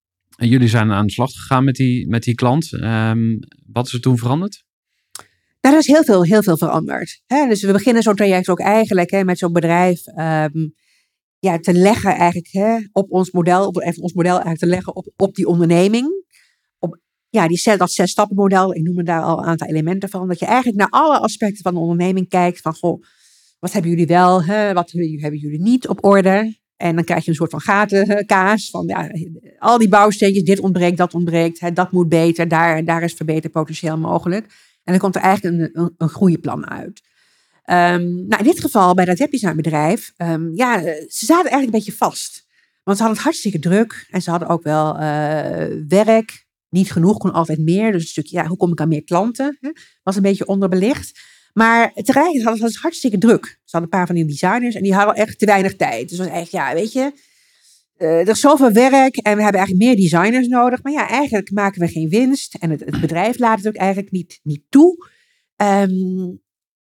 En jullie zijn aan de slag gegaan met die, met die klant. Um, wat is er toen veranderd? Nou, er is heel veel, heel veel veranderd. Hè? Dus we beginnen zo'n traject ook eigenlijk hè, met zo'n bedrijf um, ja, te leggen eigenlijk hè, op ons model, op even ons model eigenlijk te leggen op, op die onderneming. Op, ja, die, dat zes stappen model, ik noem er daar al een aantal elementen van. Dat je eigenlijk naar alle aspecten van de onderneming kijkt van, goh, wat hebben jullie wel, hè? Wat hebben jullie niet op orde? En dan krijg je een soort van gatenkaas van ja, al die bouwsteentjes, dit ontbreekt, dat ontbreekt, hè, dat moet beter, daar, daar is verbeterpotentieel mogelijk. En dan komt er eigenlijk een, een, een groeiplan uit. Um, nou, in dit geval bij dat webdesignbedrijf, um, ja, ze zaten eigenlijk een beetje vast. Want ze hadden het hartstikke druk en ze hadden ook wel uh, werk, niet genoeg, kon altijd meer. Dus een stukje, ja, hoe kom ik aan meer klanten? Hè? Was een beetje onderbelicht. Maar tegelijkertijd hadden ze het hartstikke druk. Ze hadden een paar van die designers en die hadden echt te weinig tijd. Dus het was echt, ja, weet je, uh, er is zoveel werk en we hebben eigenlijk meer designers nodig. Maar ja, eigenlijk maken we geen winst. En het, het bedrijf laat het ook eigenlijk niet, niet toe. Um,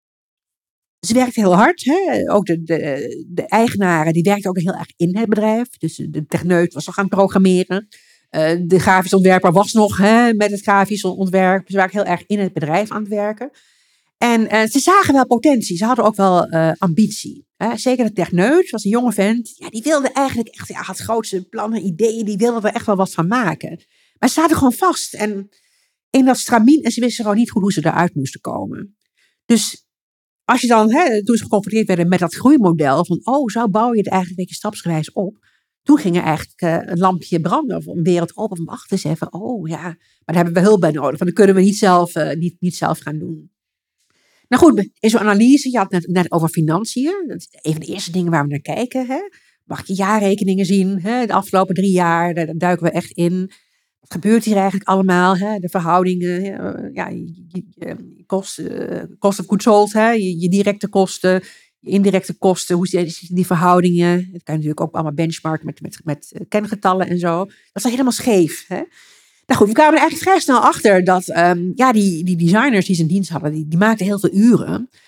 ze werkte heel hard. Hè? Ook de, de, de eigenaren, die werkten ook heel erg in het bedrijf. Dus de techneut was nog aan het programmeren. Uh, de grafisch ontwerper was nog hè, met het grafisch ontwerp. Ze waren heel erg in het bedrijf aan het werken. En uh, ze zagen wel potentie. Ze hadden ook wel uh, ambitie. Hè? Zeker de techneut, was een jonge vent. Ja, die wilde eigenlijk echt, ja, had grootste plannen, ideeën. Die wilde er echt wel wat van maken. Maar ze zaten gewoon vast. En in dat stramien, en ze wisten gewoon niet goed hoe ze eruit moesten komen. Dus als je dan, hè, toen ze geconfronteerd werden met dat groeimodel. Van, oh, zo bouw je het eigenlijk een beetje stapsgewijs op. Toen ging er eigenlijk uh, een lampje branden. Of een wereld open. Van, wacht eens even. Oh ja, maar daar hebben we hulp bij nodig. Want dat kunnen we niet zelf, uh, niet, niet zelf gaan doen. Nou goed, in zo'n analyse, je had het net, net over financiën. Dat is een van de eerste dingen waar we naar kijken. Hè? Mag je jaarrekeningen zien, hè? De afgelopen drie jaar, daar, daar duiken we echt in. Wat gebeurt hier eigenlijk allemaal? Hè? De verhoudingen, ja, je, je, je kosten, cost of goods sold, hè? Je, je directe kosten, je indirecte kosten. Hoe zitten die verhoudingen? Dat kan je natuurlijk ook allemaal benchmarken met, met, met kengetallen en zo. Dat is helemaal scheef, hè? Nou goed, we kwamen er eigenlijk vrij snel achter dat um, ja, die, die designers die ze in dienst hadden, die, die maakten heel veel uren.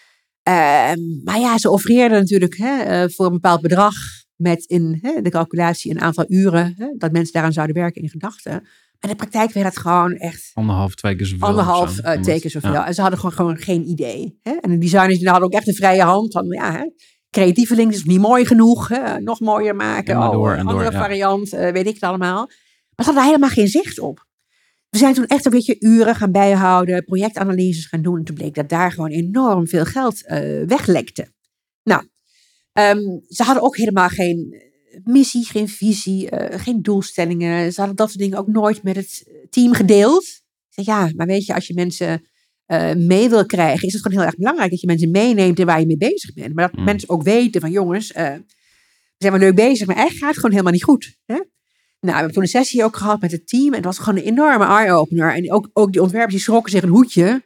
maar ja, ze offereerden natuurlijk hè, uh, voor een bepaald bedrag met in hè, de calculatie een aantal uren hè, dat mensen daaraan zouden werken in gedachten. Maar in de praktijk werd het gewoon echt Anderhalf, twee keer zoveel. Anderhalf, uh, twee keer zoveel. Ja. En ze hadden gewoon, gewoon geen idee. Hè? En de designers die hadden ook echt een vrije hand. Van, ja, hè, creatieveling is niet mooi genoeg. Hè? Nog mooier maken. Ja, door, oh, en andere door, ja. variant, uh, weet ik het allemaal. Maar ze hadden helemaal geen zicht op. We zijn toen echt een beetje uren gaan bijhouden. Projectanalyses gaan doen. En toen bleek dat daar gewoon enorm veel geld uh, weglekte. Nou, um, ze hadden ook helemaal geen missie, geen visie, uh, geen doelstellingen. Ze hadden dat soort dingen ook nooit met het team gedeeld. Ik zeg, ja, maar weet je, als je mensen uh, mee wil krijgen, is het gewoon heel erg belangrijk dat je mensen meeneemt en waar je mee bezig bent. Maar dat mm. mensen ook weten van, jongens, uh, we zijn wel leuk bezig, maar eigenlijk gaat het gewoon helemaal niet goed. Hè? Nou, we hebben toen een sessie ook gehad met het team en het was gewoon een enorme eye-opener. En ook, ook die ontwerpers die schrokken zich een hoedje.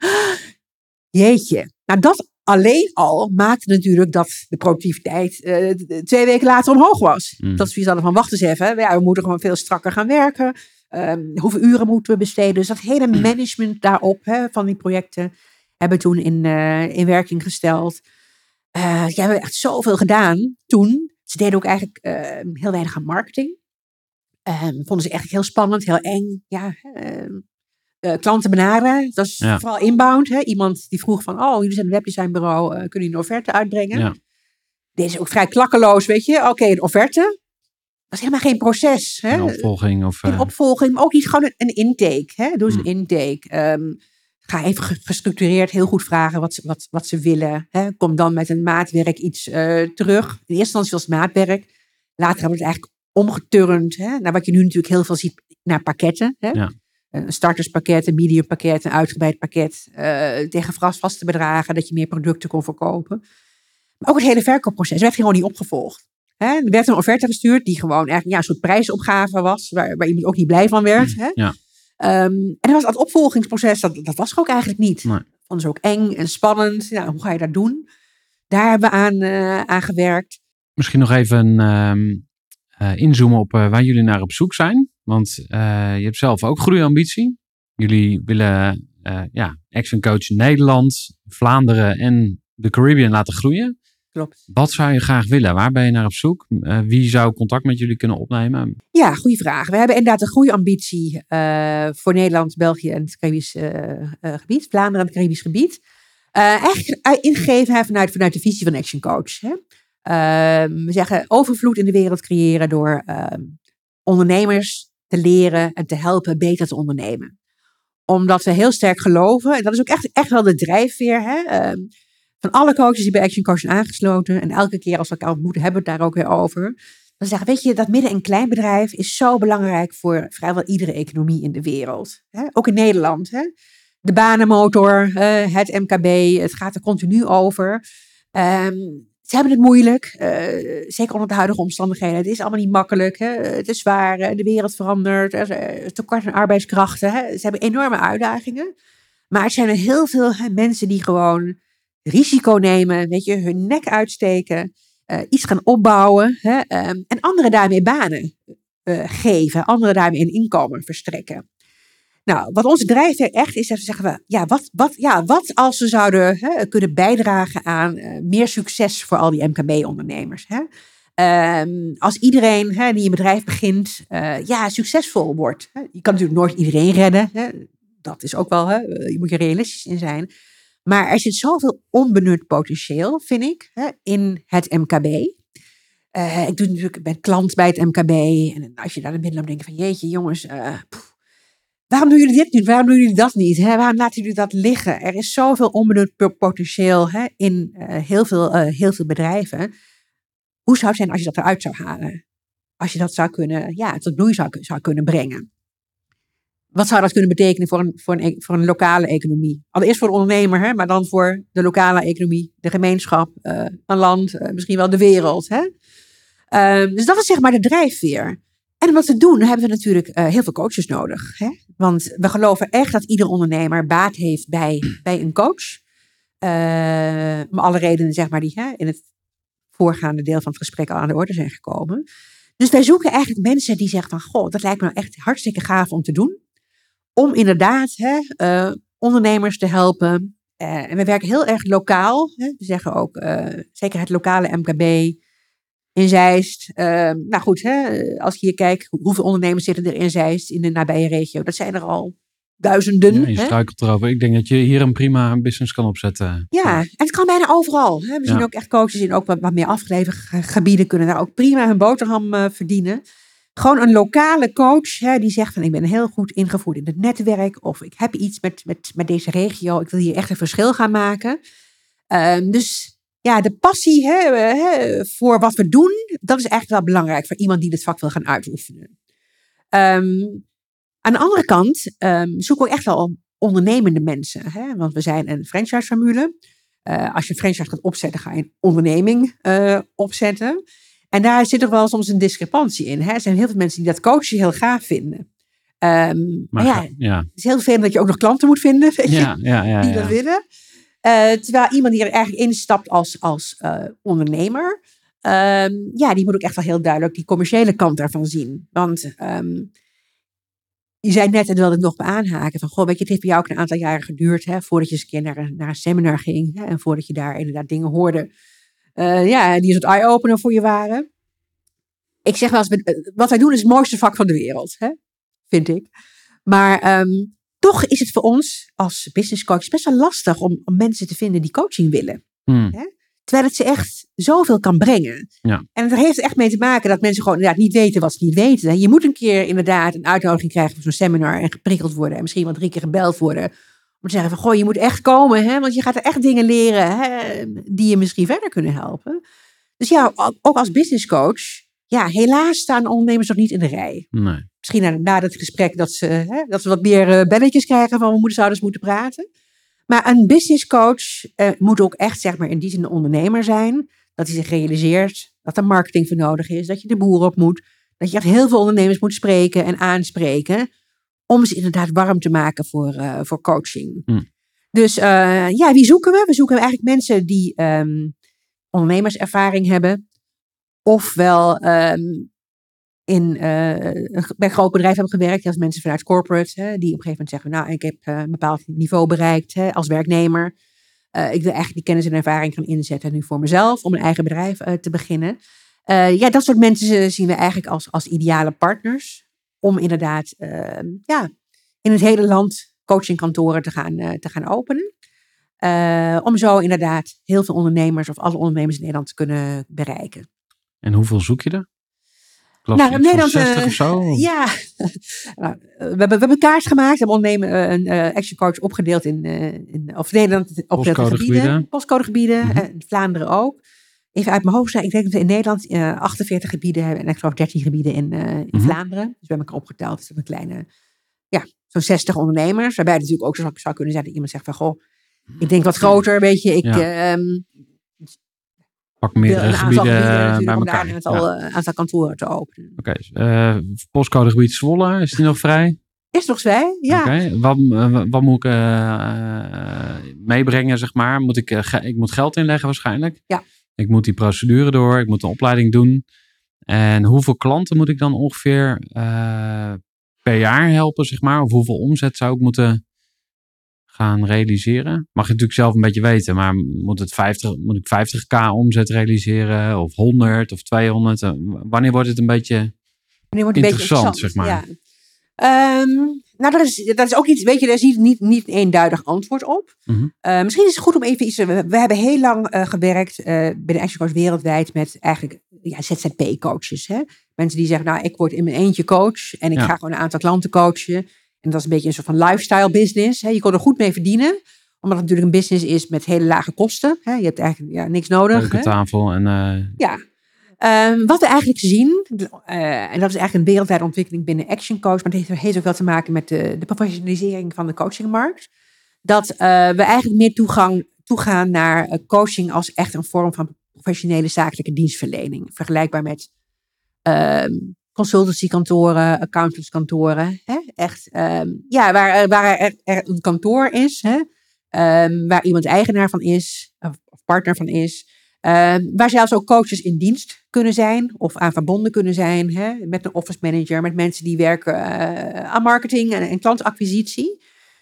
Jeetje. Nou, dat alleen al maakte natuurlijk dat de productiviteit uh, twee weken later omhoog was. Mm. Dat ze hadden van, wacht eens even, ja, we moeten gewoon veel strakker gaan werken. Um, hoeveel uren moeten we besteden? Dus dat hele management daarop hè, van die projecten hebben we toen in, uh, in werking gesteld. Uh, ja, we hebben echt zoveel gedaan toen. Ze deden ook eigenlijk uh, heel weinig aan marketing. Uh, vonden ze echt heel spannend, heel eng. Ja, uh, uh, klanten benaderen. Dat is ja. vooral inbound. Hè? Iemand die vroeg van, oh, jullie zijn een webdesignbureau, uh, kunnen jullie een offerte uitbrengen? Ja. Deze ook vrij klakkeloos, weet je. Oké, okay, een offerte. Dat is helemaal geen proces. Hè? Een opvolging. Of, uh... Een opvolging, maar ook niet gewoon een, een intake. Hè? Doe eens hmm. een intake. Um, ga even gestructureerd heel goed vragen wat ze, wat, wat ze willen. Hè? Kom dan met een maatwerk iets uh, terug. In eerste instantie was het maatwerk. Later hebben we het eigenlijk omgeturnd. Hè? Naar wat je nu natuurlijk heel veel ziet naar pakketten. Hè? Ja. Een starterspakket, een medium pakket, een uitgebreid pakket. Uh, tegen vaste bedragen, dat je meer producten kon verkopen. Maar ook het hele verkoopproces werd gewoon niet opgevolgd. He, er werd een offerte gestuurd die gewoon eigenlijk ja, een soort prijsopgave was, waar, waar iemand ook niet blij van werd. He. Ja. Um, en dan was het opvolgingsproces, dat, dat was er ook eigenlijk niet. Nee. Vonden ze ook eng en spannend. Ja, hoe ga je dat doen? Daar hebben we aan, uh, aan gewerkt. Misschien nog even um, uh, inzoomen op uh, waar jullie naar op zoek zijn. Want uh, je hebt zelf ook groeiambitie. Jullie willen uh, ja, Action Coach Nederland, Vlaanderen en de Caribbean laten groeien. Klopt. Wat zou je graag willen? Waar ben je naar op zoek? Uh, wie zou contact met jullie kunnen opnemen? Ja, goede vraag. We hebben inderdaad een groeiambitie uh, voor Nederland, België en het Caribisch uh, uh, gebied. Vlaanderen en het Caribisch gebied. Uh, eigenlijk ingegeven vanuit, vanuit de visie van Action Coach. Hè? Uh, we zeggen overvloed in de wereld creëren door uh, ondernemers te leren en te helpen beter te ondernemen. Omdat we heel sterk geloven, en dat is ook echt, echt wel de drijfveer, hè? Uh, van alle coaches die bij Action Coach zijn aangesloten. En elke keer als we elkaar ontmoeten, hebben we het daar ook weer over. Dan zeggen, weet je, dat midden- en kleinbedrijf is zo belangrijk voor vrijwel iedere economie in de wereld. Hè? Ook in Nederland. Hè? De banenmotor, uh, het M K B, het gaat er continu over. Um, ze hebben het moeilijk, uh, zeker onder de huidige omstandigheden. Het is allemaal niet makkelijk. Hè? Het is zwaar, de wereld verandert, er is tekort aan arbeidskrachten. Hè? Ze hebben enorme uitdagingen. Maar er zijn er heel veel hè, mensen die gewoon risico nemen, weet je, hun nek uitsteken, uh, iets gaan opbouwen hè, um, en anderen daarmee banen uh, geven, anderen daarmee een inkomen verstrekken. Nou, wat onze drijfveer echt is, dat we zeggen we, ja, wat, wat, ja, wat als ze zouden hè, kunnen bijdragen aan uh, meer succes voor al die M K B-ondernemers. Hè? Um, als iedereen hè, die een bedrijf begint, uh, ja, succesvol wordt. Hè? Je kan natuurlijk nooit iedereen redden. Hè? Dat is ook wel, hè? Je moet er realistisch in zijn. Maar er zit zoveel onbenut potentieel, vind ik, hè, in het M K B. Uh, ik doe natuurlijk met klant bij het M K B. En als je daar naar binnen loopt, denk je van, jeetje jongens, uh, pff, waarom doen jullie dit niet? Waarom doen jullie dat niet? Hè? Waarom laten jullie dat liggen? Er is zoveel onbenut potentieel hè, in uh, heel, veel, uh, heel veel bedrijven. Hoe zou het zijn als je dat eruit zou halen? Als je dat zou kunnen, ja, tot bloei zou, zou kunnen brengen. Wat zou dat kunnen betekenen voor een, voor een, voor een lokale economie? Allereerst voor de ondernemer, hè, maar dan voor de lokale economie, de gemeenschap, uh, een land, uh, misschien wel de wereld. Hè? Uh, dus dat is zeg maar de drijfveer. En om dat te doen hebben we natuurlijk uh, heel veel coaches nodig. Hè? Want we geloven echt dat ieder ondernemer baat heeft bij, bij een coach. Uh, om alle redenen zeg maar, die hè, in het voorgaande deel van het gesprek al aan de orde zijn gekomen. Dus wij zoeken eigenlijk mensen die zeggen van, goh, dat lijkt me nou echt hartstikke gaaf om te doen. Om inderdaad hè, uh, ondernemers te helpen Uh, en we werken heel erg lokaal. Hè? We zeggen ook, uh, zeker het lokale M K B in Zeist. Uh, nou goed, hè? Als je hier kijkt, hoeveel ondernemers zitten er in Zeist, in de nabije regio? Dat zijn er al duizenden. Ja, je struikelt erover. Ik denk dat je hier een prima business kan opzetten. Ja, en het kan bijna overal. Hè? We zien ja. ook echt coaches in ook wat, wat meer afgelegen gebieden kunnen daar ook prima hun boterham uh, verdienen. Gewoon een lokale coach hè, die zegt van ik ben heel goed ingevoerd in het netwerk. Of ik heb iets met, met, met deze regio. Ik wil hier echt een verschil gaan maken. Uh, dus ja, de passie hè, hè, voor wat we doen. Dat is echt wel belangrijk voor iemand die dit vak wil gaan uitoefenen. Um, aan de andere kant um, zoeken we echt wel ondernemende mensen. Hè? Want we zijn een franchise-formule. Uh, als je een franchise gaat opzetten, ga je een onderneming uh, opzetten. En daar zit er wel soms een discrepantie in. Hè? Er zijn heel veel mensen die dat coachen heel gaaf vinden. Um, maar, maar ja, ja, het is heel vervelend dat je ook nog klanten moet vinden weet ja, je, ja, ja, die ja. dat willen. Uh, terwijl iemand die er eigenlijk instapt als, als uh, ondernemer, um, ja, die moet ook echt wel heel duidelijk die commerciële kant daarvan zien. Want um, je zei net, en wilde ik nog bij aanhaken, van goh, weet je, het heeft bij jou ook een aantal jaren geduurd, hè, voordat je eens een keer naar een, naar een seminar ging, hè, en voordat je daar inderdaad dingen hoorde, uh, ja, die een soort eye-opener voor je waren. Ik zeg wel eens, wat wij doen is het mooiste vak van de wereld, hè, vind ik. Maar um, toch is het voor ons als business coach best wel lastig om, om mensen te vinden die coaching willen. Hmm. Hè? Terwijl het ze echt zoveel kan brengen. Ja. En het heeft er echt mee te maken dat mensen gewoon inderdaad niet weten wat ze niet weten. Je moet een keer inderdaad een uitnodiging krijgen voor zo'n seminar en geprikkeld worden. En misschien wel drie keer gebeld worden. Om te zeggen van, goh, je moet echt komen. Hè? Want je gaat er echt dingen leren hè, die je misschien verder kunnen helpen. Dus ja, ook als business coach, ja, helaas staan ondernemers nog niet in de rij. Nee. Misschien na, na het gesprek dat ze, hè, dat ze wat meer uh, belletjes krijgen van we moeten, zouden eens moeten praten. Maar een business coach uh, moet ook echt, zeg maar, in die zin een ondernemer zijn. Dat hij zich realiseert dat er marketing voor nodig is. Dat je de boer op moet. Dat je echt heel veel ondernemers moet spreken en aanspreken. Om ze inderdaad warm te maken voor, uh, voor coaching. Hm. Dus uh, ja, wie zoeken we? We zoeken eigenlijk mensen die um, ondernemerservaring hebben. Ofwel um, in, uh, bij een groot bedrijf hebben gewerkt. Als mensen vanuit corporate. Hè, die op een gegeven moment zeggen. Nou, ik heb uh, een bepaald niveau bereikt hè, als werknemer. Uh, ik wil eigenlijk die kennis en ervaring gaan inzetten. Nu voor mezelf. Om een eigen bedrijf uh, te beginnen. Uh, ja, dat soort mensen zien we eigenlijk als, als ideale partners. Om inderdaad uh, ja, in het hele land coachingkantoren te gaan, uh, te gaan openen. Uh, om zo inderdaad heel veel ondernemers of alle ondernemers in Nederland te kunnen bereiken. En hoeveel zoek je er? Nou, in Nederland, zestig of zo? Uh, ja, nou, we, hebben, we hebben een kaart gemaakt. We hebben ondernemen uh, een uh, action coach opgedeeld in, uh, in of Nederland opgedeeld in gebieden. Postcodegebieden. Mm-hmm. Uh, Vlaanderen ook. Even uit mijn hoofd zijn. Ik denk dat we in Nederland uh, achtenveertig gebieden hebben. En ik geloof dertien gebieden in, uh, in mm-hmm. Vlaanderen. Dus we hebben elkaar opgeteld. Dus een kleine, ja, zo'n zestig ondernemers. Waarbij het natuurlijk ook zo zou kunnen zijn dat iemand zegt van, goh, ik denk wat groter, weet je. Ik... Ja. Um, Pak meerdere een gebieden, gebieden bij om elkaar. daar een aantal, ja. uh, aantal kantoren te openen. Oké, okay, uh, postcodegebied Zwolle, is die nog vrij? Is nog vrij, ja. Oké, okay. wat, uh, wat moet ik uh, uh, meebrengen, zeg maar? Moet ik, uh, ge- ik moet geld inleggen waarschijnlijk. Ja. Ik moet die procedure door, ik moet een opleiding doen. En hoeveel klanten moet ik dan ongeveer uh, per jaar helpen, zeg maar? Of hoeveel omzet zou ik moeten gaan realiseren? Mag je natuurlijk zelf een beetje weten, maar moet, het vijftig, moet ik vijftig k omzet realiseren? Of honderd of tweehonderd? Wanneer wordt het een beetje Wanneer wordt het interessant, een beetje zeg maar? Ja. Um, nou, dat is, dat is ook iets, weet je, daar is niet, niet een eenduidig antwoord op. Mm-hmm. Uh, misschien is het goed om even iets... We, we hebben heel lang uh, gewerkt uh, bij de Action Coach wereldwijd met eigenlijk ja, Z Z P-coaches. Hè? Mensen die zeggen, nou, ik word in mijn eentje coach en ik ja. ga gewoon een aantal klanten coachen. En dat is een beetje een soort van lifestyle business. Hè? Je kon er goed mee verdienen. Omdat het natuurlijk een business is met hele lage kosten. Hè? Je hebt eigenlijk ja, niks nodig. Leuke tafel en... Uh... Ja. Um, wat we eigenlijk zien, uh, en dat is eigenlijk een wereldwijde ontwikkeling binnen Action Coach, maar het heeft, heeft ook wel te maken met de, de professionalisering van de coachingmarkt. Dat uh, we eigenlijk meer toegang, toegaan naar uh, coaching als echt een vorm van professionele zakelijke dienstverlening. Vergelijkbaar met uh, consultancykantoren, accountantskantoren. Hè? Echt, um, ja, waar, waar er, er een kantoor is, hè? Um, waar iemand eigenaar van is, of partner van is. Uh, waar zelfs ook coaches in dienst kunnen zijn of aan verbonden kunnen zijn. Hè, met een office manager, met mensen die werken uh, aan marketing en, en klantacquisitie.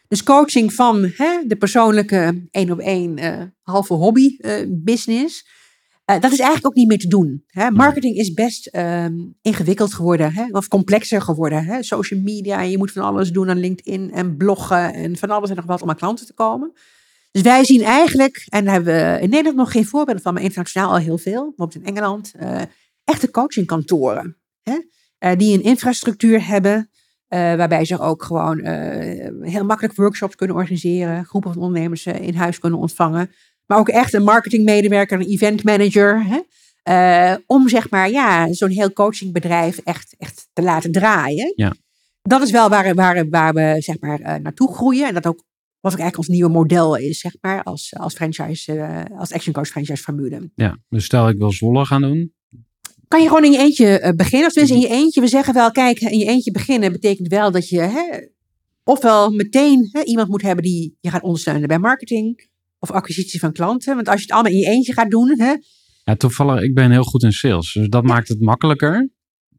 Dus coaching van hè, de persoonlijke één op één uh, halve hobby uh, business. Uh, dat is eigenlijk ook niet meer te doen. Hè. Marketing is best uh, ingewikkeld geworden. Hè, of complexer geworden. Hè. Social media, je moet van alles doen aan LinkedIn en bloggen. En van alles en nog wat om aan klanten te komen. Dus wij zien eigenlijk, en daar hebben we in Nederland nog geen voorbeelden van, maar internationaal al heel veel. Bijvoorbeeld in Engeland. Uh, echte coachingkantoren. Hè, uh, die een infrastructuur hebben. Uh, waarbij ze ook gewoon uh, heel makkelijk workshops kunnen organiseren. Groepen van ondernemers uh, in huis kunnen ontvangen. Maar ook echt een marketingmedewerker, een eventmanager. Hè? Uh, om zeg maar ja, zo'n heel coachingbedrijf echt, echt te laten draaien. Ja. Dat is wel waar, waar, waar we zeg maar, uh, naartoe groeien. En dat ook wat ook eigenlijk ons nieuwe model is, zeg maar, als, als franchise, uh, als Action Coach franchise formule. Ja, dus stel ik wil Zwolle gaan doen. Kan je gewoon in je eentje uh, beginnen. Of tenminste in je eentje. We zeggen wel, kijk, in je eentje beginnen betekent wel dat je hè, ofwel meteen hè, iemand moet hebben die je gaat ondersteunen bij marketing of acquisitie van klanten. Want als je het allemaal in je eentje gaat doen. Hè, ja, toevallig, ik ben heel goed in sales. Dus dat ja. maakt het makkelijker.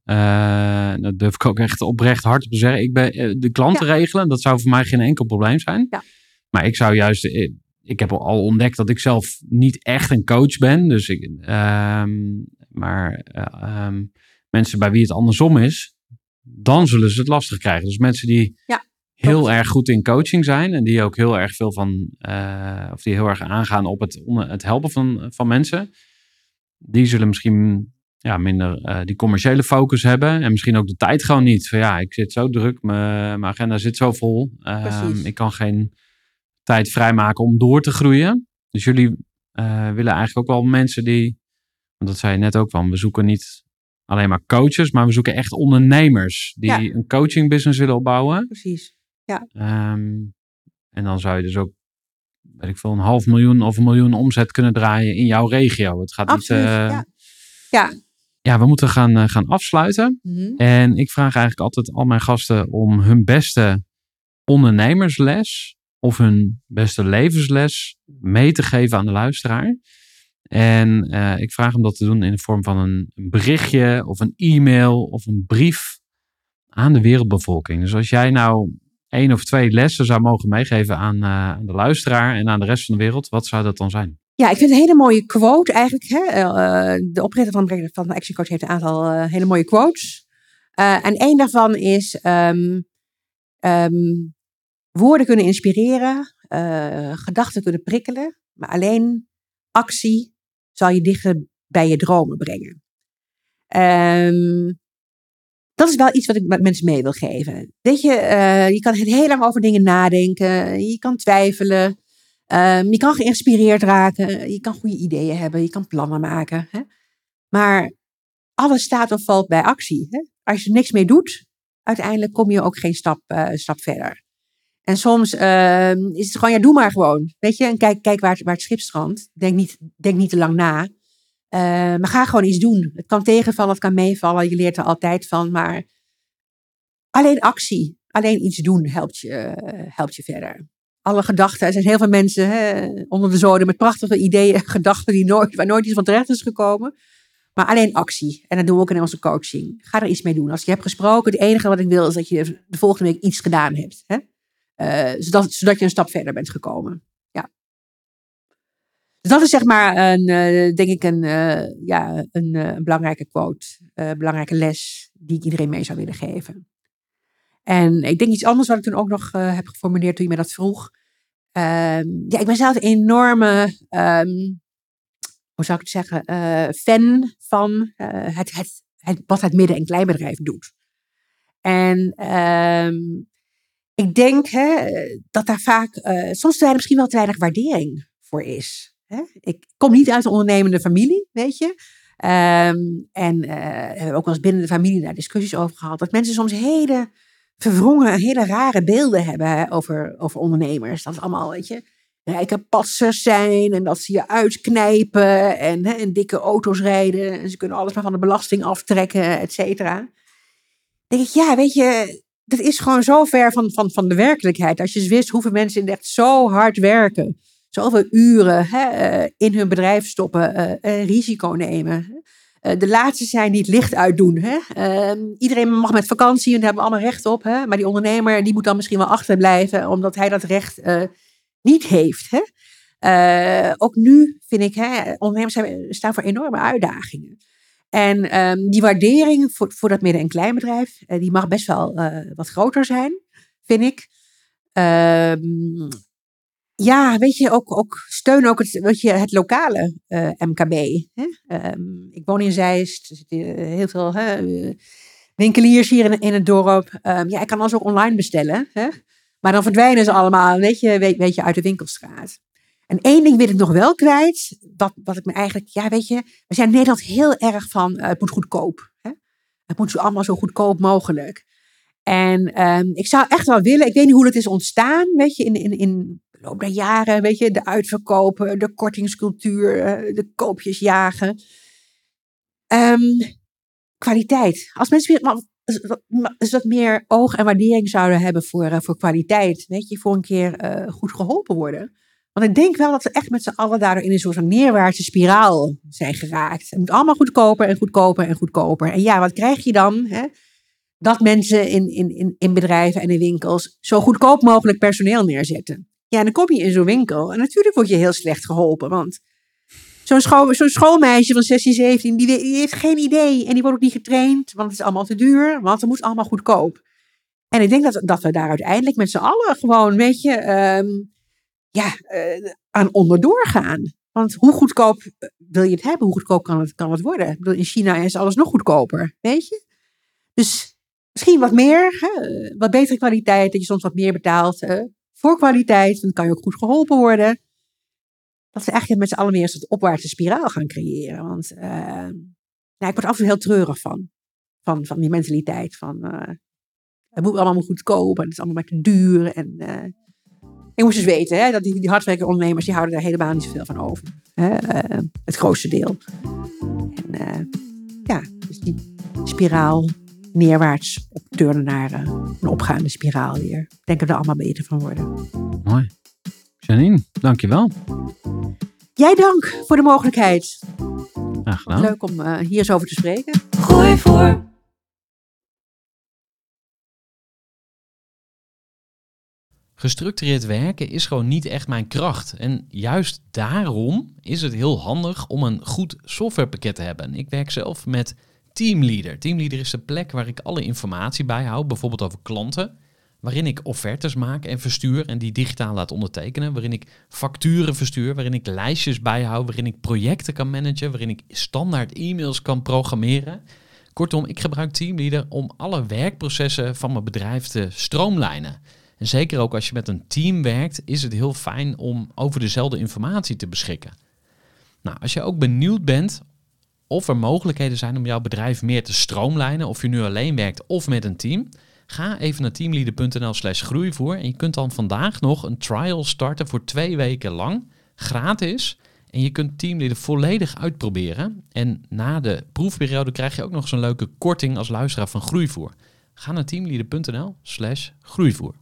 Uh, dat durf ik ook echt oprecht hard op te zeggen. Ik ben, uh, de klanten ja. regelen, dat zou voor mij geen enkel probleem zijn. Ja. Maar ik zou juist... Uh, ik heb al ontdekt dat ik zelf niet echt een coach ben. Dus ik... Uh, Maar uh, um, mensen bij wie het andersom is, dan zullen ze het lastig krijgen. Dus mensen die ja, heel klopt. erg goed in coaching zijn en die ook heel erg veel van, uh, of die heel erg aangaan op het, het helpen van, van mensen, die zullen misschien ja, minder uh, die commerciële focus hebben en misschien ook de tijd gewoon niet. Van ja, ik zit zo druk, mijn, mijn agenda zit zo vol. Uh, ik kan geen tijd vrijmaken om door te groeien. Dus jullie uh, willen eigenlijk ook wel mensen die... Want dat zei je net ook van, we zoeken niet alleen maar coaches, maar we zoeken echt ondernemers die ja. een coachingbusiness willen opbouwen. Precies, ja. Um, en dan zou je dus ook, weet ik veel, een half miljoen of een miljoen omzet kunnen draaien in jouw regio. Het gaat Absoluut, niet... Uh, ja. ja. Ja, we moeten gaan, uh, gaan afsluiten. Mm-hmm. En ik vraag eigenlijk altijd al mijn gasten om hun beste ondernemersles of hun beste levensles mee te geven aan de luisteraar. En uh, ik vraag hem dat te doen in de vorm van een berichtje of een e-mail of een brief aan de wereldbevolking. Dus als jij nou één of twee lessen zou mogen meegeven aan, uh, aan de luisteraar en aan de rest van de wereld, wat zou dat dan zijn? Ja, ik vind het een hele mooie quote eigenlijk. Hè? Uh, de oprichter van, van Action Coach heeft een aantal uh, hele mooie quotes. Uh, en één daarvan is um, um, woorden kunnen inspireren, uh, gedachten kunnen prikkelen, maar alleen actie zal je dichter bij je dromen brengen. Um, dat is wel iets wat ik met mensen mee wil geven. Weet je, uh, je kan heel lang over dingen nadenken. Je kan twijfelen. Um, je kan geïnspireerd raken. Je kan goede ideeën hebben. Je kan plannen maken. Hè? Maar alles staat of valt bij actie. Hè? Als je er niks mee doet, uiteindelijk kom je ook geen stap, uh, stap verder. En soms uh, is het gewoon, ja, doe maar gewoon. Weet je, en kijk, kijk waar, het, waar het schip strandt. Denk niet, denk niet te lang na. Uh, maar ga gewoon iets doen. Het kan tegenvallen, het kan meevallen. Je leert er altijd van. Maar alleen actie, alleen iets doen helpt je, uh, helpt je verder. Alle gedachten, er zijn heel veel mensen hè, onder de zoden met prachtige ideeën, gedachten die nooit, waar nooit iets van terecht is gekomen. Maar alleen actie. En dat doen we ook in onze coaching. Ga er iets mee doen. Als je hebt gesproken, het enige wat ik wil is dat je de volgende week iets gedaan hebt. Hè? Uh, zodat, zodat je een stap verder bent gekomen. Ja. Dus dat is zeg maar een, uh, denk ik een, uh, ja, een, uh, een belangrijke quote. Een uh, belangrijke les die ik iedereen mee zou willen geven. En ik denk iets anders wat ik toen ook nog uh, heb geformuleerd toen je me dat vroeg. Uh, ja, ik ben zelf een enorme, um, hoe zou ik het zeggen, uh, fan van uh, het, het, het, wat het midden- en kleinbedrijf doet. En um, ik denk hè, dat daar vaak, uh, soms er misschien wel te weinig waardering voor is. Hè? Ik kom niet uit een ondernemende familie, weet je. Um, en uh, we hebben ook wel eens binnen de familie daar discussies over gehad. Dat mensen soms hele verwrongen, hele rare beelden hebben hè, over, over ondernemers. Dat het allemaal, weet je, rijke patsers zijn en dat ze je uitknijpen en, hè, en dikke auto's rijden. En ze kunnen alles maar van de belasting aftrekken, et cetera. Dan denk ik, ja, weet je, dat is gewoon zo ver van, van, van de werkelijkheid. Als je eens wist hoeveel mensen echt zo hard werken, zoveel uren hè, in hun bedrijf stoppen, uh, uh, risico nemen, uh, de laatste zijn die het licht uitdoen. Hè? Uh, iedereen mag met vakantie en daar hebben we allemaal recht op. Hè? Maar die ondernemer die moet dan misschien wel achterblijven, omdat hij dat recht uh, niet heeft. Hè? Uh, ook nu vind ik, hè, ondernemers hebben, staan voor enorme uitdagingen. En um, die waardering voor, voor dat midden- en kleinbedrijf, uh, die mag best wel uh, wat groter zijn, vind ik. Um, ja, weet je, ook, ook steun ook het, weet je, het lokale uh, M K B. Hè? Um, ik woon in Zeist, er zitten heel veel hè, winkeliers hier in, in het dorp. Um, ja, ik kan alles ook online bestellen. Hè? Maar dan verdwijnen ze allemaal, weet je, weet, weet je, uit de winkelstraat. En één ding wil ik nog wel kwijt, wat, wat ik me eigenlijk, ja weet je, we zijn in Nederland heel erg van, uh, het moet goedkoop. Hè? Het moet zo allemaal zo goedkoop mogelijk. En um, ik zou echt wel willen, ik weet niet hoe het is ontstaan, weet je, in, in, in de loop der jaren, weet je, de uitverkopen, de kortingscultuur, uh, de koopjes jagen. Um, kwaliteit. Als mensen weer eens wat meer oog en waardering zouden hebben voor, uh, voor kwaliteit, weet je, voor een keer uh, goed geholpen worden. Want ik denk wel dat we echt met z'n allen daardoor in een soort van neerwaartse spiraal zijn geraakt. Het moet allemaal goedkoper en goedkoper en goedkoper. En ja, wat krijg je dan? Hè? Dat mensen in, in, in bedrijven en in winkels zo goedkoop mogelijk personeel neerzetten. Ja, en dan kom je in zo'n winkel en natuurlijk word je heel slecht geholpen. Want zo'n, school, zo'n schoolmeisje van zestien, zeventien, die, die heeft geen idee. En die wordt ook niet getraind, want het is allemaal te duur. Want het moet allemaal goedkoop. En ik denk dat, dat we daar uiteindelijk met z'n allen gewoon, weet je... Um, ja, uh, aan onderdoor gaan. Want hoe goedkoop wil je het hebben? Hoe goedkoop kan het, kan het worden? Ik bedoel, in China is alles nog goedkoper, weet je? Dus misschien wat meer, hè? Wat betere kwaliteit, dat je soms wat meer betaalt uh, voor kwaliteit. Dan kan je ook goed geholpen worden. Dat we eigenlijk met z'n allen meer een soort opwaartse spiraal gaan creëren. Want uh, nou, ik word af en toe heel treurig van. Van, van die mentaliteit van uh, het moet allemaal goedkoop en het is allemaal maar te duur en... Uh, Je moest dus weten, hè, dat die, die hardwerkende ondernemers, die houden daar helemaal niet zoveel van over. Hè, uh, het grootste deel. En uh, ja, dus die spiraal neerwaarts turnen naar uh, een opgaande spiraal weer. Ik denk dat we er allemaal beter van worden. Mooi. Janine, dankjewel. Jij dank voor de mogelijkheid. Graag gedaan. Leuk om uh, hier eens over te spreken. Gooi voor. Gestructureerd werken is gewoon niet echt mijn kracht. En juist daarom is het heel handig om een goed softwarepakket te hebben. Ik werk zelf met Teamleader. Teamleader is de plek waar ik alle informatie bijhoud, bijvoorbeeld over klanten, waarin ik offertes maak en verstuur en die digitaal laat ondertekenen, waarin ik facturen verstuur, waarin ik lijstjes bijhoud, waarin ik projecten kan managen, waarin ik standaard e-mails kan programmeren. Kortom, ik gebruik Teamleader om alle werkprocessen van mijn bedrijf te stroomlijnen. En zeker ook als je met een team werkt, is het heel fijn om over dezelfde informatie te beschikken. Nou, als je ook benieuwd bent of er mogelijkheden zijn om jouw bedrijf meer te stroomlijnen, of je nu alleen werkt of met een team, ga even naar teamleader.nl slash groeivoer en je kunt dan vandaag nog een trial starten voor twee weken lang, gratis. En je kunt Teamleader volledig uitproberen. En na de proefperiode krijg je ook nog zo'n leuke korting als luisteraar van Groeivoer. Ga naar teamleader.nl slash groeivoer.